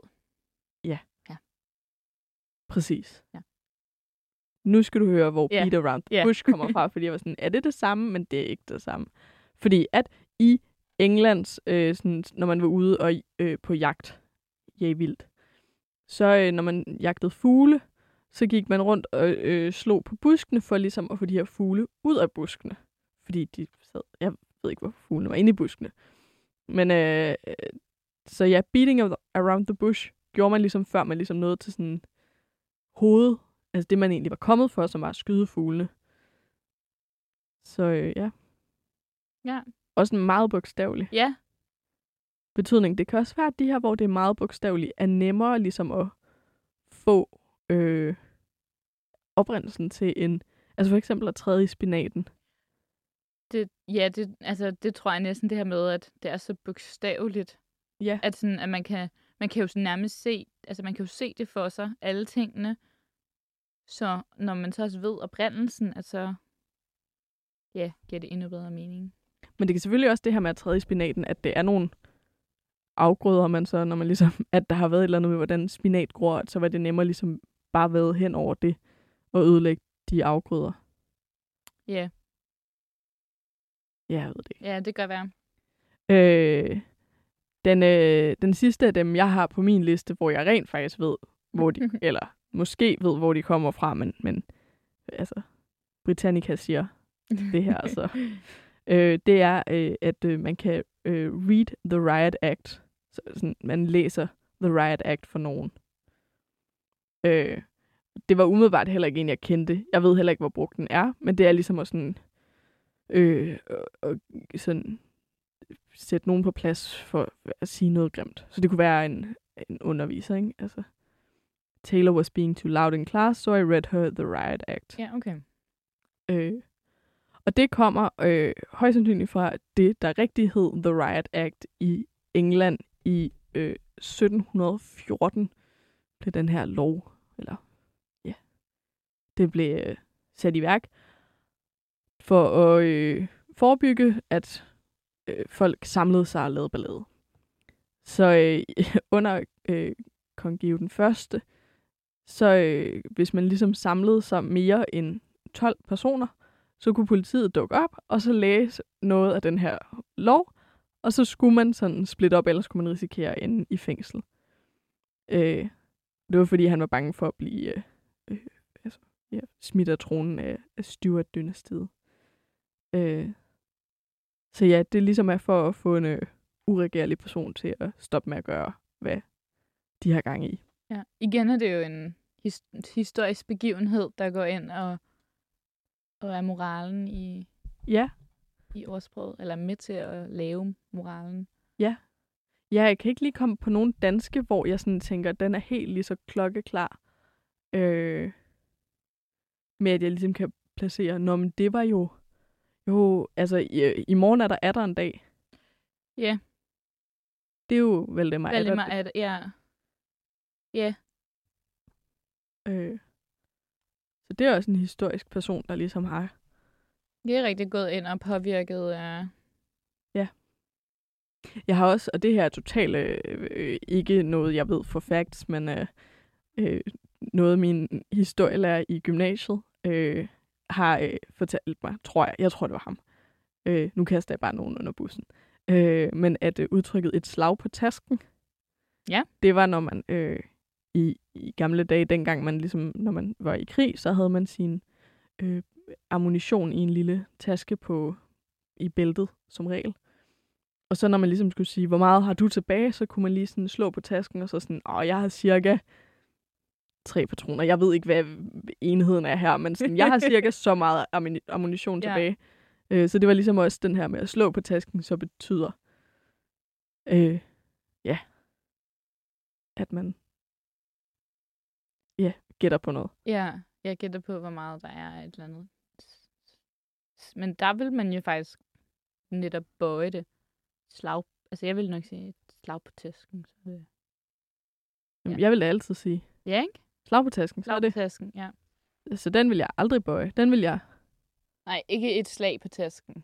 Præcis. Ja. Nu skal du høre, hvor Ja. beat around the Ja. bush kommer fra, fordi jeg var sådan, er det det samme? Men det er ikke det samme. Fordi at i Englands, øh, sådan, når man var ude og øh, på jagt, ja, vildt, så øh, når man jagtede fugle, så gik man rundt og øh, slog på buskene for ligesom at få de her fugle ud af buskene. Fordi de sad, jeg ved ikke, hvor fuglene var inde i buskene. Men øh, øh, så ja, beating around the bush gjorde man ligesom før man ligesom nåede til sådan hoved, altså det man egentlig var kommet for, som var at skyde fuglene. Så øh, ja. Ja. Også en meget bogstavelig Ja, betydning. Det kan også være, at de her, hvor det er meget bogstaveligt, er nemmere ligesom at få øh, oprindelsen til en, altså for eksempel at træde i spinaten. det, ja det, altså, det tror jeg næsten det her med, at det er så bogstaveligt. Ja. At, sådan, at man, kan, man kan jo sådan nærmest se, altså man kan jo se det for sig, alle tingene. Så når man så også ved oprindelsen, at så ja, giver det endnu bedre mening. Men det kan selvfølgelig også det her med at træde i spinaten, at det er nogle afgrøder, man så, når man ligesom, at der har været et eller andet med, hvordan spinat gror, så var det nemmere ligesom bare været hen over det og ødelægge de afgrøder. Ja, Ja, jeg ved det ikke. ja det kan være. Øh, den, øh, den sidste af dem, jeg har på min liste, hvor jeg rent faktisk ved, hvor de, eller måske ved, hvor de kommer fra, men, men altså, Britannica siger det her, altså. Øh, det er, øh, at øh, man kan øh, read the Riot Act. Så, sådan, man læser the Riot Act for nogen. Øh, det var umiddelbart heller ikke en, jeg kendte. Jeg ved heller ikke, hvor brugt den er, men det er ligesom at sådan, øh, øh, sådan sætte nogen på plads for at sige noget grimt. Så det kunne være en, en underviser, ikke? Altså, Taylor was being too loud in class, so I read her the Riot Act. Ja, okay. Øh, og det kommer øh, højst sandsynligt fra det, der rigtig hed The Riot Act i England i øh, sytten fjorten. Blev den her lov, eller ja, det blev øh, sat i værk for at øh, forebygge, at øh, folk samlede sig og lavede ballade. Så øh, under øh, kong Georg den første, så øh, hvis man ligesom samlede sig mere end tolv personer, så kunne politiet dukke op, og så læse noget af den her lov, Og så skulle man sådan splitte op, ellers skulle man risikere at ende i fængsel. Øh, det var, fordi han var bange for at blive øh, øh, altså, ja, smidt af tronen af, af Stuart-dynastiet. Øh, så ja, det ligesom er for at få en øh, uregerlig person til at stoppe med at gøre, hvad de har gang i. Ja. Igen er det jo en his- historisk begivenhed, der går ind og, og er moralen i, Ja. i ordsproget, eller med til at lave moralen. Ja. Ja, jeg kan ikke lige komme på nogen danske, hvor jeg sådan tænker, at den er helt lige så klokkeklar. Øh, med at jeg ligesom kan placere, nå, men det var jo, jo, altså i, i morgen er der atter en dag. Ja. Det er jo vel det mig. Valdemar Adder, ja. Ja. Øh, så det er også en historisk person, der ligesom har. Det er rigtig gået ind og påvirket af... Ja. Jeg har også, og det her er totalt øh, ikke noget, jeg ved for facts, men øh, øh, noget min historielærer i gymnasiet øh, har øh, fortalt mig, tror jeg, jeg tror det var ham. Øh, nu kaster jeg bare nogen under bussen. Øh, men at øh, udtrykket et slag på tasken, ja. Det var, når man øh, i, i gamle dage, dengang man ligesom, når man var i krig, så havde man sin øh, ammunition i en lille taske på i bæltet, som regel. Og så når man ligesom skulle sige, hvor meget har du tilbage, så kunne man lige sådan slå på tasken, og så sådan, åh, jeg har cirka tre patroner. Jeg ved ikke, hvad enheden er her, men sådan, jeg har cirka så meget ammunition tilbage. Ja. Øh, så det var ligesom også den her med at slå på tasken, så betyder, øh, ja, at man, ja, gætter på noget. Ja, jeg gætter på, hvor meget der er et eller andet. Men der vil man jo faktisk netop bøje det. Slag, altså jeg vil nok sige et slag på tasken. Så det... ja. Jeg vil da altid sige. Ja, ikke? Slag på tasken, slag så er det. Slag på tasken, ja. Så den vil jeg aldrig bøje. Den vil jeg... Nej, ikke et slag på tasken.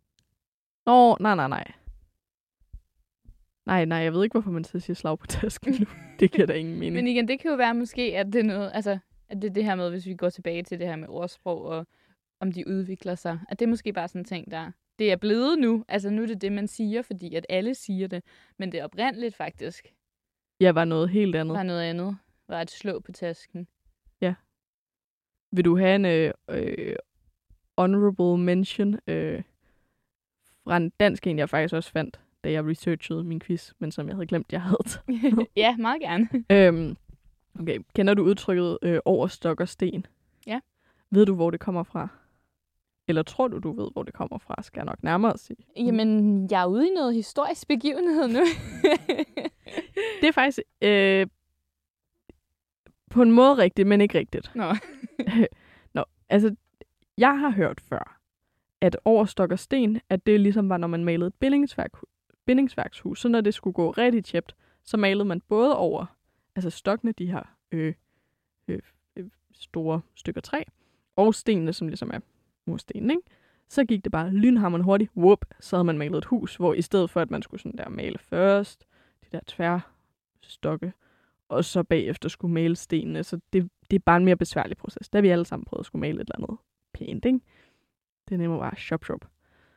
Åh, nej, nej, nej. Nej, nej, jeg ved ikke, hvorfor man så siger slag på tasken nu. Det giver da ingen mening. Men igen, det kan jo være måske, at det er noget, altså, at det er det her med, hvis vi går tilbage til det her med ordsprog, og om de udvikler sig, at det er måske bare sådan en ting, der det er blevet nu. Altså nu er det det, man siger, fordi at alle siger det. Men det er oprindeligt faktisk. Ja, var noget helt andet. Var noget andet. Var at slå på tasken. Ja. Vil du have en øh, øh, honorable mention øh, fra en dansk en, jeg faktisk også fandt, da jeg researchede min quiz, men som jeg havde glemt, jeg havde taget. Ja, meget gerne. øhm, okay, kender du udtrykket øh, over stok og sten? Ja. Ved du, hvor det kommer fra? Eller tror du, du ved, hvor det kommer fra? Skal jeg nok nærmere sige. Jamen, jeg er ude i noget historisk begivenhed nu. Det er faktisk øh, på en måde rigtigt, men ikke rigtigt. Nå. Nå, altså, jeg har hørt før, at over stok og sten, at det ligesom var, når man malede et bindingsværk, bindingsværkshus. Så når det skulle gå rigtig tjept, så malede man både over, altså stokkene, de her øh, øh, øh, store stykker træ, og stenene, som ligesom er mursten, ikke? Så gik det bare lynhammerende hurtigt, whoop, så havde man malet et hus, hvor i stedet for, at man skulle sådan der male først, de der tværstokke, og så bagefter skulle male stenene, så det, det er bare en mere besværlig proces. Der vi alle sammen prøvet at skulle male et eller andet pænt, ikke? Det er nemmere bare shop shop.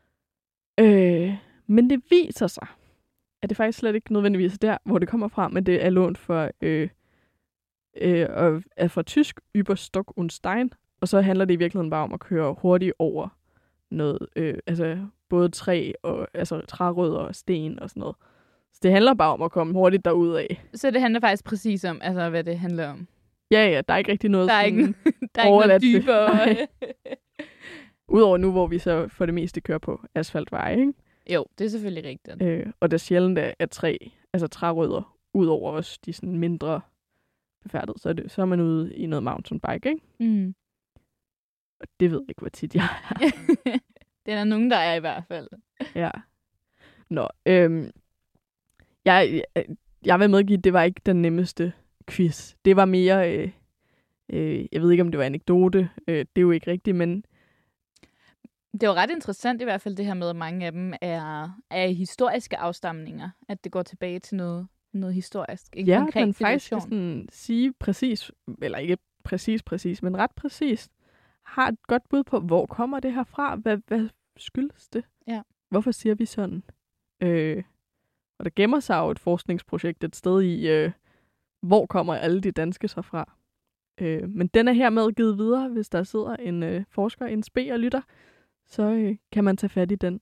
Øh, men det viser sig, at det faktisk slet ikke nødvendigvis der, hvor det kommer fra, men det er lånt for, øh, øh, og er fra tysk, Überstock und Stein, og så handler det i virkeligheden bare om at køre hurtigt over noget, øh, altså både træ og altså trærødder og sten og sådan noget. Så det handler bare om at komme hurtigt derudad. Så det handler faktisk præcis om, altså hvad det handler om. Ja, ja, der er ikke rigtig noget der er sådan ikke, der er ikke noget dybere. Udover nu, hvor vi så for det meste kører på asfaltveje, ikke? Jo, det er selvfølgelig rigtigt. Øh, og der er sjældent er træ, altså trærødder, udover også de sådan mindre befærdede, så er, det, så er man ude i noget mountainbike, ikke? Mm. Og det ved jeg ikke, hvor tit jeg er. Det er der nogen, der er i hvert fald. Ja. Nå, øhm, jeg, jeg vil medgive, at det var ikke den nemmeste quiz. Det var mere, øh, øh, jeg ved ikke, om det var anekdote, øh, det er jo ikke rigtigt, men... Det var ret interessant i hvert fald det her med, at mange af dem er, er historiske afstamninger. At det går tilbage til noget, noget historisk. En ja, konkret man faktisk situation. skal sådan sige præcis, eller ikke præcis præcis, men ret præcis, har et godt bud på, hvor kommer det her fra? Hvad, hvad skyldes det? Ja. Hvorfor siger vi sådan? Øh, og der gemmer sig jo et forskningsprojekt et sted i, øh, hvor kommer alle de danske så fra. Øh, men den er hermed givet videre, hvis der sidder en øh, forsker, en spe og lytter, så øh, kan man tage fat i den.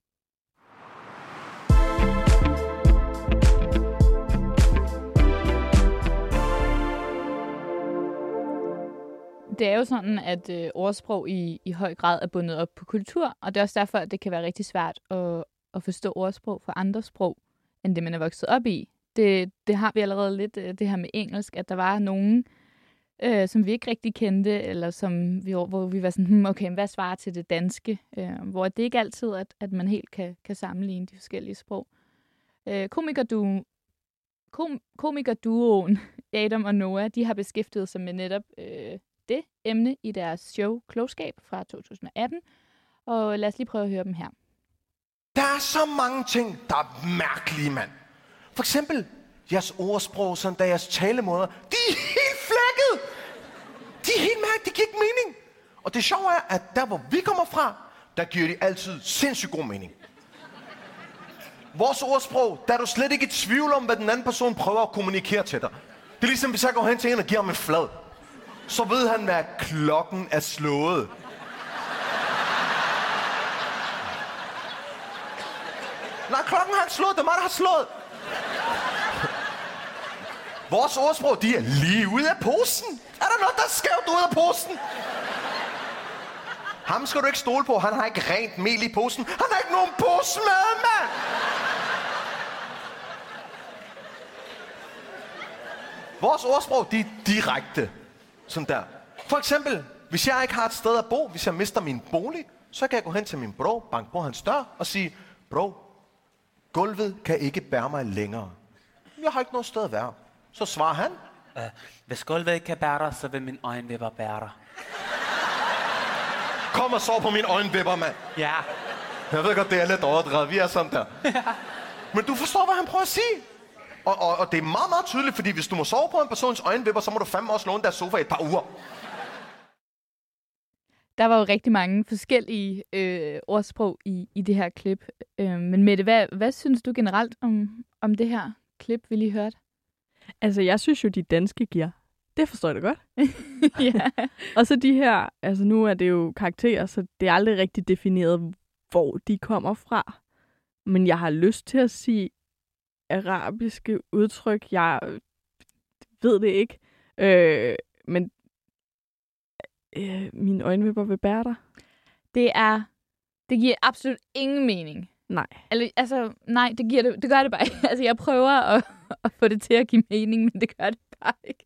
Det er jo sådan, at øh, ordsprog i, i høj grad er bundet op på kultur, og det er også derfor, at det kan være rigtig svært at, at forstå ordsprog fra andre sprog, end det man er vokset op i. Det, det har vi allerede lidt, det her med engelsk, at der var nogen, øh, som vi ikke rigtig kendte, eller som vi, hvor vi var sådan, hmm, okay, hvad svarer til det danske? Øh, hvor det ikke altid, at, at man helt kan, kan sammenligne de forskellige sprog. Øh, komikerdu, kom, komikerduoen Adam og Noah, de har beskæftiget sig med netop øh, det emne i deres show Klogskab fra to tusind og atten. Og lad os lige prøve at høre dem her. Der er så mange ting, der er mærkelige, mand. For eksempel jeres ordsprog, sådan der jeres talemåder, de er helt flækket. De er helt mærkelige, de giver ikke mening. Og det sjove er, at der hvor vi kommer fra, der giver de altid sindssygt god mening. Vores ordsprog, der er du slet ikke i tvivl om, hvad den anden person prøver at kommunikere til dig. Det er ligesom, hvis jeg går hen til en og giver ham en flad. Så ved han, hvad klokken er slået. Nej, klokken har slået. Det er mig, der har slået. Vores ordsprog, de er lige ude af posen. Er der noget, der er skævt ude af posen? Ham skal du ikke stole på. Han har ikke rent mel i posen. Han har ikke nogen pose med, mand! Vores ordsprog, de er direkte. Sådan der. For eksempel, hvis jeg ikke har et sted at bo, hvis jeg mister min bolig, så kan jeg gå hen til min bro, banke på hans dør og sige, bro, gulvet kan ikke bære mig længere. Jeg har ikke noget sted at være. Så svarer han. Uh, hvis gulvet ikke kan bære dig, så vil min øjenvipper bære dig. Kom og sov på min øjenvipper, mand. Ja. Jeg ved godt, det er lidt overdrevet. Vi er sådan der. Men du forstår, hvad han prøver at sige. Og, og, og det er meget, meget tydeligt, fordi hvis du må sove på en persons øjenvipper, så må du fandme også låne deres sofa i et par uger. Der var jo rigtig mange forskellige øh, ordsprog i, i det her klip. Øh, men Mette, hvad, hvad synes du generelt om, om det her klip, vi lige hørte? Altså, jeg synes jo, de danske giver. Det forstår jeg da godt. Ja. Og så de her, altså nu er det jo karakterer, så det er aldrig rigtig defineret, hvor de kommer fra. Men jeg har lyst til at sige arabiske udtryk. Jeg ved det ikke. Øh, men øh, mine øjenvipper vil bære dig. Det er, det giver absolut ingen mening. Nej. Eller, altså, nej, det, giver det, det gør det bare ikke. Altså, jeg prøver at, at få det til at give mening, men det gør det bare ikke.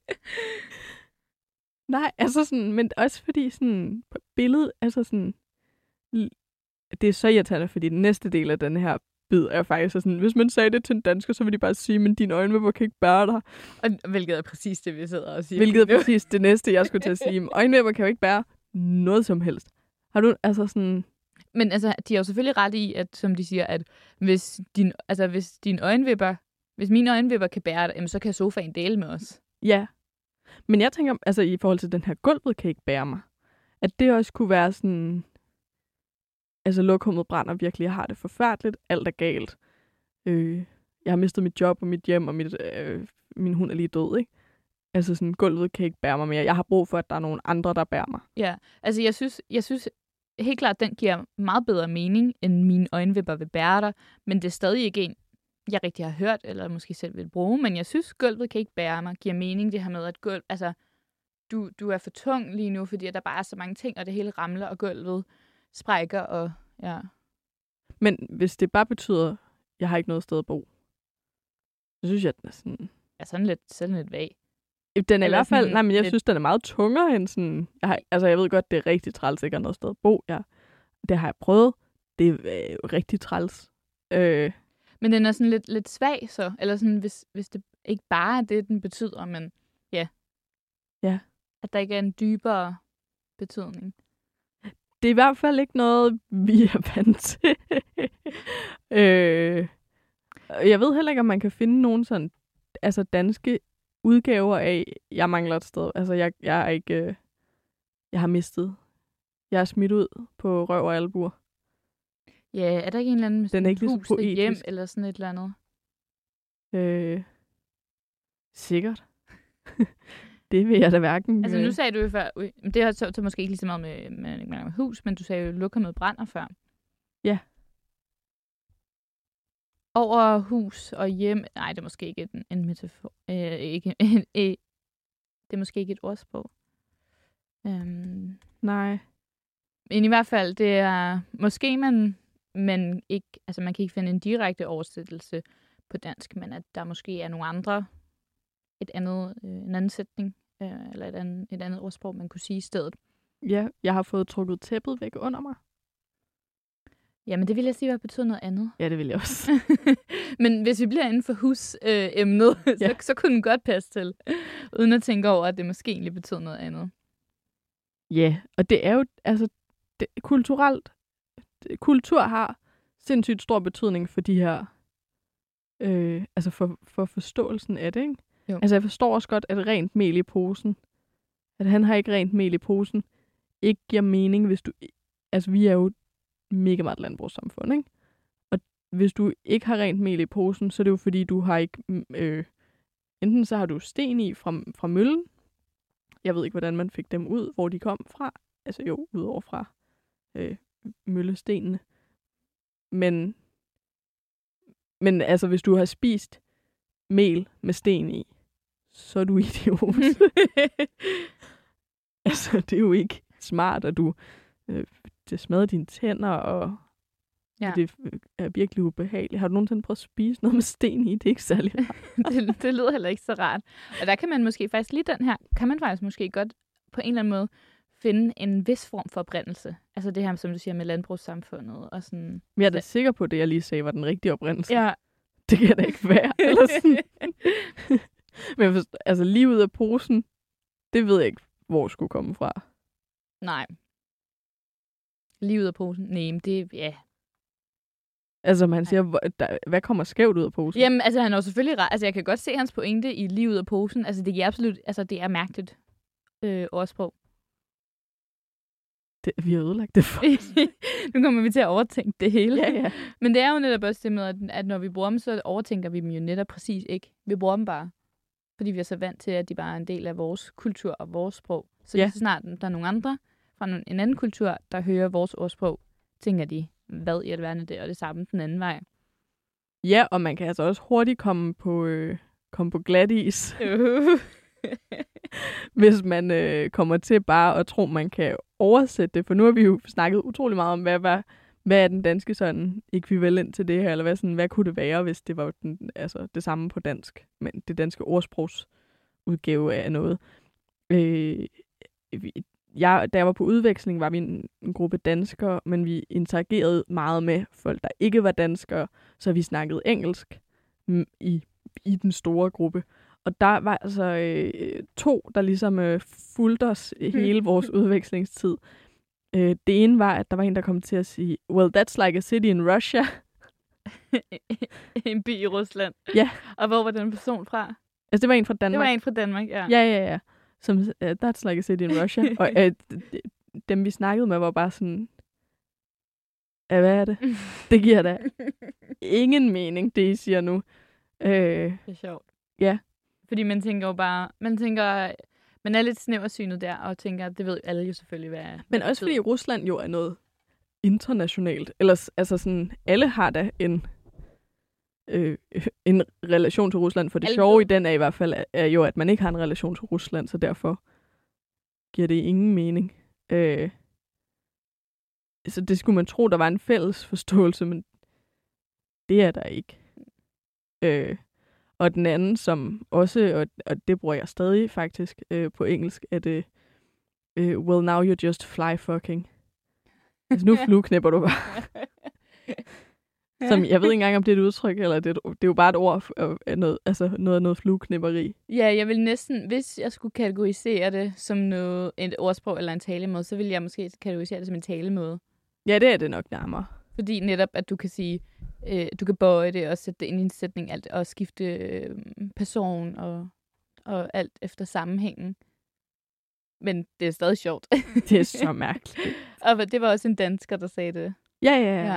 Nej, altså sådan, men også fordi sådan, på billedet, altså sådan, det er så irriterende, fordi den næste del af den her bid er faktisk sådan, hvis man sagde det til en dansker, så vil de bare sige, men dine øjenvipper kan ikke bære dig. Og hvilket er præcis det, vi sidder og siger. Hvilket er præcis det næste, jeg skulle til at sige. Øjenvipper kan jo ikke bære noget som helst. Har du, altså sådan... Men altså, de har jo selvfølgelig ret i, at, som de siger, at hvis din, altså, hvis din øjenvipper, hvis mine øjenvipper kan bære dig, så kan sofaen dele med os. Ja. Men jeg tænker, altså i forhold til den her gulvet kan ikke bære mig, at det også kunne være sådan, altså lokummet brænder virkelig, jeg har det forfærdeligt, alt er galt. Øh, jeg har mistet mit job og mit hjem, og mit, øh, min hund er lige død, ikke? Altså sådan, gulvet kan ikke bære mig mere. Jeg har brug for, at der er nogen andre, der bærer mig. Ja, altså jeg synes, jeg synes helt klart, den giver meget bedre mening, end mine øjenvipper vil bære dig, men det er stadig ikke en, jeg rigtig har hørt, eller måske selv vil bruge, men jeg synes, gulvet kan ikke bære mig, giver mening det her med, at gulv, altså, du, du er for tung lige nu, fordi der bare er så mange ting, og det hele ramler, og gulvet sprækker, og ja. Men hvis det bare betyder, at jeg har ikke noget sted at bo, så synes jeg, at den er sådan... Ja, sådan lidt, sådan lidt vag. Den er i hvert fald, nej, men jeg lidt... synes, den er meget tungere end sådan... Jeg har, altså, jeg ved godt, det er rigtig træls, ikke at noget sted at bo. Ja. Det har jeg prøvet. Det er øh, rigtig træls. Øh, Men den er sådan lidt, lidt svag så, eller sådan, hvis, hvis det ikke bare er det, den betyder, men ja. Ja. At der ikke er en dybere betydning. Det er i hvert fald ikke noget, vi er vant til. øh, jeg ved heller ikke, om man kan finde nogen sådan, altså danske udgaver af, jeg mangler et sted. Altså, jeg, jeg er ikke, øh, jeg har mistet. Jeg er smidt ud på røv og albuer. Ja, er der ikke en eller anden med Den er ikke lige så hus og hjem, poetisk. eller sådan et eller andet? Øh, sikkert. Det vil jeg da hverken... Altså, øh, nu sagde du jo før, ui, det har så, så måske ikke lige så meget med, med, med, med hus, men du sagde jo, lokummet brænder før. Ja. Over hus og hjem, nej, det er måske ikke en, en metafor, øh, ikke, en, øh, det er måske ikke et ordsprog. Øhm, Nej. men i hvert fald, det er måske man, man ikke, altså man kan ikke finde en direkte oversættelse på dansk, men at der måske er nogle andre, et andet, øh, en anden sætning, øh, eller et andet, et andet ordsprog, man kunne sige i stedet. Ja, jeg har fået trukket tæppet væk under mig. Jamen, det vil jeg sige, hvad betyder noget andet. Ja, det vil jeg også. Men hvis vi bliver inden for husemnet, øh, Ja. så, så kunne den godt passe til, uden at tænke over, at det måske egentlig betyder noget andet. Ja, og det er jo, altså, det, kulturelt, det, kultur har sindssygt stor betydning for de her, øh, altså for, for forståelsen af det, ikke? Jo. Altså, jeg forstår også godt, at rent mel i posen, at han har ikke rent mel i posen, ikke giver mening, hvis du, altså, vi er jo mega meget et landbrugssamfund, ikke? Og hvis du ikke har rent mel i posen, så er det jo fordi, du har ikke, øh, enten så har du sten i fra, fra møllen. Jeg ved ikke, hvordan man fik dem ud, hvor de kom fra. Altså jo, udover fra øh, møllestenene. Men, men altså, hvis du har spist mel med sten i, så er du idiot. Altså, det er jo ikke smart, at du øh, det smadrer dine tænder, og Ja. det er virkelig ubehageligt. Har du nogensinde prøvet at spise noget med sten i? Det er ikke særlig rart. det, det lyder heller ikke så rart. Og der kan man måske faktisk lige den her, kan man faktisk måske godt på en eller anden måde finde en vis form for oprindelse. Altså det her, som du siger, med landbrugssamfundet og sådan. Men jeg er da sikker på, at det, jeg lige sagde, var den rigtige oprindelse. Ja. Det kan da ikke være. Eller sådan. Men jeg forstår, altså lige ud af posen, det ved jeg ikke, hvor det skulle komme fra. Nej. Lige ud af posen? Nej, men det, ja. Altså man siger, hvor- der, hvad kommer skævt ud af posen? Jamen, altså han er jo selvfølgelig ret. Altså jeg kan godt se hans pointe i lige ud af posen. Altså det er absolut, altså det er mærkeligt øh, ordsprog. Det, vi har ødelagt det for. Nu kommer vi til at overtænke det hele. Ja, ja. Men det er jo netop også det med, at, at når vi bruger dem, så overtænker vi dem jo netop præcis ikke. Vi bruger dem bare, fordi vi er så vant til, at de bare er en del af vores kultur og vores sprog. Så Ja. ja. så snart der er nogle andre fra en anden kultur, der hører vores ordsprog, tænker de, hvad i alverden er det, og det samme den anden vej. Ja, og man kan altså også hurtigt komme på, øh, komme på glat is, hvis man øh, kommer til bare at tro, man kan oversætte det. For nu har vi jo snakket utrolig meget om, hvad, hvad, hvad er den danske sådan ekvivalent til det her, eller hvad, sådan, hvad kunne det være, hvis det var den, altså, det samme på dansk, men det danske ordsprogsudgave af noget. Øh, vi, jeg, da jeg var på udveksling, var vi en, en gruppe danskere, men vi interagerede meget med folk, der ikke var danskere, så vi snakkede engelsk mm, i, i den store gruppe. Og der var altså øh, to, der ligesom øh, fulgte os hele vores udvekslingstid. Øh, det ene var, at der var en, der kom til at sige, well, that's like a city in Russia. En by i Rusland. Ja. Og hvor var den person fra? Altså, det var en fra Danmark. Det var en fra Danmark, ja. Ja, ja, ja. Som, uh, that's like a city in Russia. Og uh, d- d- dem, vi snakkede med, var bare sådan, ja, hvad er det? Det giver da ingen mening, det I siger nu. Øh, Det er sjovt. Ja. Fordi man tænker jo bare, man tænker, man er lidt snæversynet der, og tænker, at det ved alle jo selvfølgelig, hvad men hvad også det fordi Rusland jo er noget internationalt. Ellers, altså sådan, alle har da en, øh, en relation til Rusland, for det Alle sjove ved- i den er i hvert fald, er, er jo, at man ikke har en relation til Rusland, så derfor giver det ingen mening. Øh, så det skulle man tro, der var en fælles forståelse, men det er der ikke. Øh, og den anden, som også, og, og det bruger jeg stadig faktisk øh, på engelsk, er det, øh, well, now you're just fly fucking. Altså nu flueknipper du bare. Som, jeg ved ikke engang, om det er et udtryk, eller det er, det er jo bare et ord af noget, altså noget af noget flueknipperi. Ja, jeg vil næsten, hvis jeg skulle kategorisere det som noget, et ordsprog eller en talemåde, så ville jeg måske kategorisere det som en talemåde. Ja, det er det nok nærmere. Fordi netop, at du kan sige, øh, du kan bøje det og sætte det ind i en sætning, alt, og skifte øh, person og, og alt efter sammenhængen. Men det er stadig sjovt. Det er så mærkeligt. Og det var også en dansker, der sagde det. Ja, ja, ja. Ja.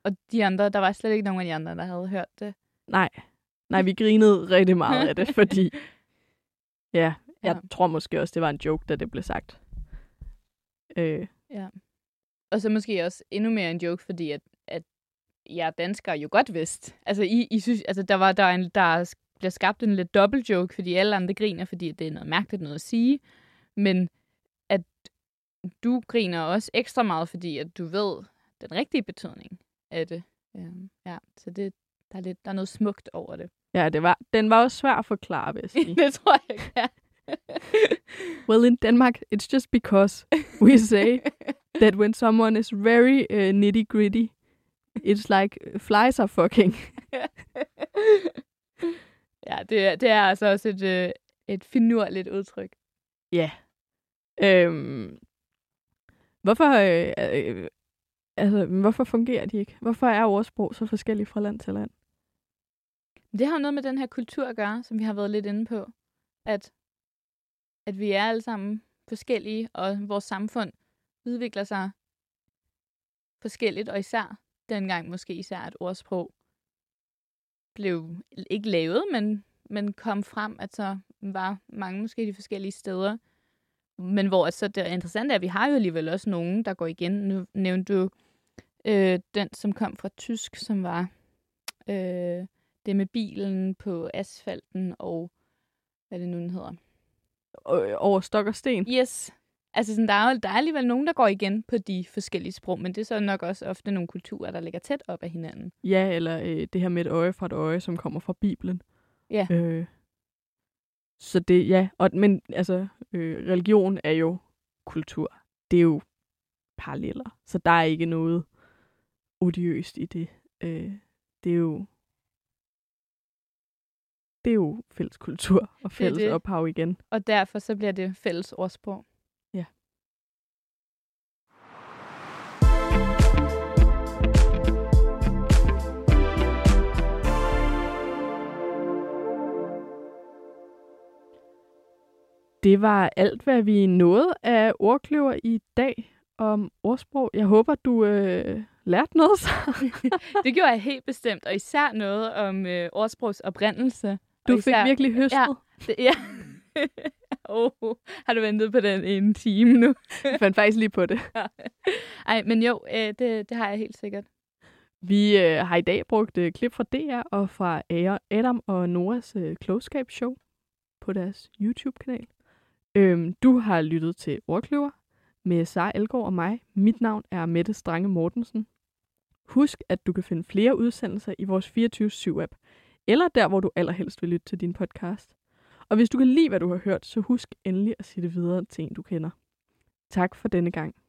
Og de andre, der var slet ikke nogen af de andre, der havde hørt det. Nej. Nej, vi grinede rigtig meget af det, fordi ja, jeg Ja. tror måske også, det var en joke, da det blev sagt. Øh, Ja. Og så måske også endnu mere en joke, fordi at, at jeg danskere jo godt vidste. Altså, I, I synes, altså der, var, der, en, der bliver skabt en lidt dobbelt joke, fordi alle andre griner, fordi det er noget mærkeligt noget at sige. Men at du griner også ekstra meget, fordi at du ved den rigtige betydning af det. Um, ja, så det, der, er lidt, der er noget smukt over det. ja, det var, den var også svær at forklare, vil jeg sige. Det tror jeg, ja. Well, in Denmark, it's just because we say that when someone is very uh, nitty-gritty, it's like flies are fucking. Ja, det, er- det er altså også et, øh, et finurligt udtryk. Ja. Øhm, hvorfor, øh, øh, altså, hvorfor fungerer de ikke? Hvorfor er ordsprog så forskellige fra land til land? Det har jo noget med den her kultur at gøre, som vi har været lidt inde på. At, at vi er alle sammen forskellige, og vores samfund udvikler sig forskelligt, og især dengang måske især et ordsprog blev ikke lavet, men, men kom frem, at så var mange måske de forskellige steder. Men hvor altså, det interessante er, at vi har jo alligevel også nogen, der går igen. Nu nævnte du øh, den, som kom fra tysk, som var øh, det med bilen på asfalten og hvad det nu den hedder. Øh, over stok og sten? Yes. Altså, sådan, der, er jo, der er alligevel nogen, der går igen på de forskellige sprog, men det er så nok også ofte nogle kulturer, der ligger tæt op af hinanden. Ja, eller øh, det her med et øje fra et øje, som kommer fra Bibelen. Ja. Øh, så det, ja. Og, men altså, øh, religion er jo kultur. Det er jo paralleller. Så der er ikke noget odiøst i det. Øh, det er jo det er jo fælles kultur og fælles det. ophav igen. Og derfor så bliver det fælles ordsprog. Ja. Det var alt, hvad vi nåede af ordkløver i dag om ordsprog. Jeg håber, du øh, lærte noget så. Det gjorde jeg helt bestemt, og især noget om øh, ordsprogs oprindelse. Du og fik især, virkelig høstet. Ja, det, ja. oh, har du ventet på den en time nu? Jeg fandt faktisk lige på det. Ej, men jo, øh, det, det har jeg helt sikkert. Vi øh, har i dag brugt øh, klip fra D R og fra Adam og Noras øh, klogskabsshow på deres YouTube-kanal. Øhm, du har lyttet til Ordkløver med Sara Elgaard og mig. Mit navn er Mette Strange Mortensen. Husk, at du kan finde flere udsendelser i vores fireogtyve syv app, eller der, hvor du allerhelst vil lytte til din podcast. Og hvis du kan lide, hvad du har hørt, så husk endelig at sige det videre til en, du kender. Tak for denne gang.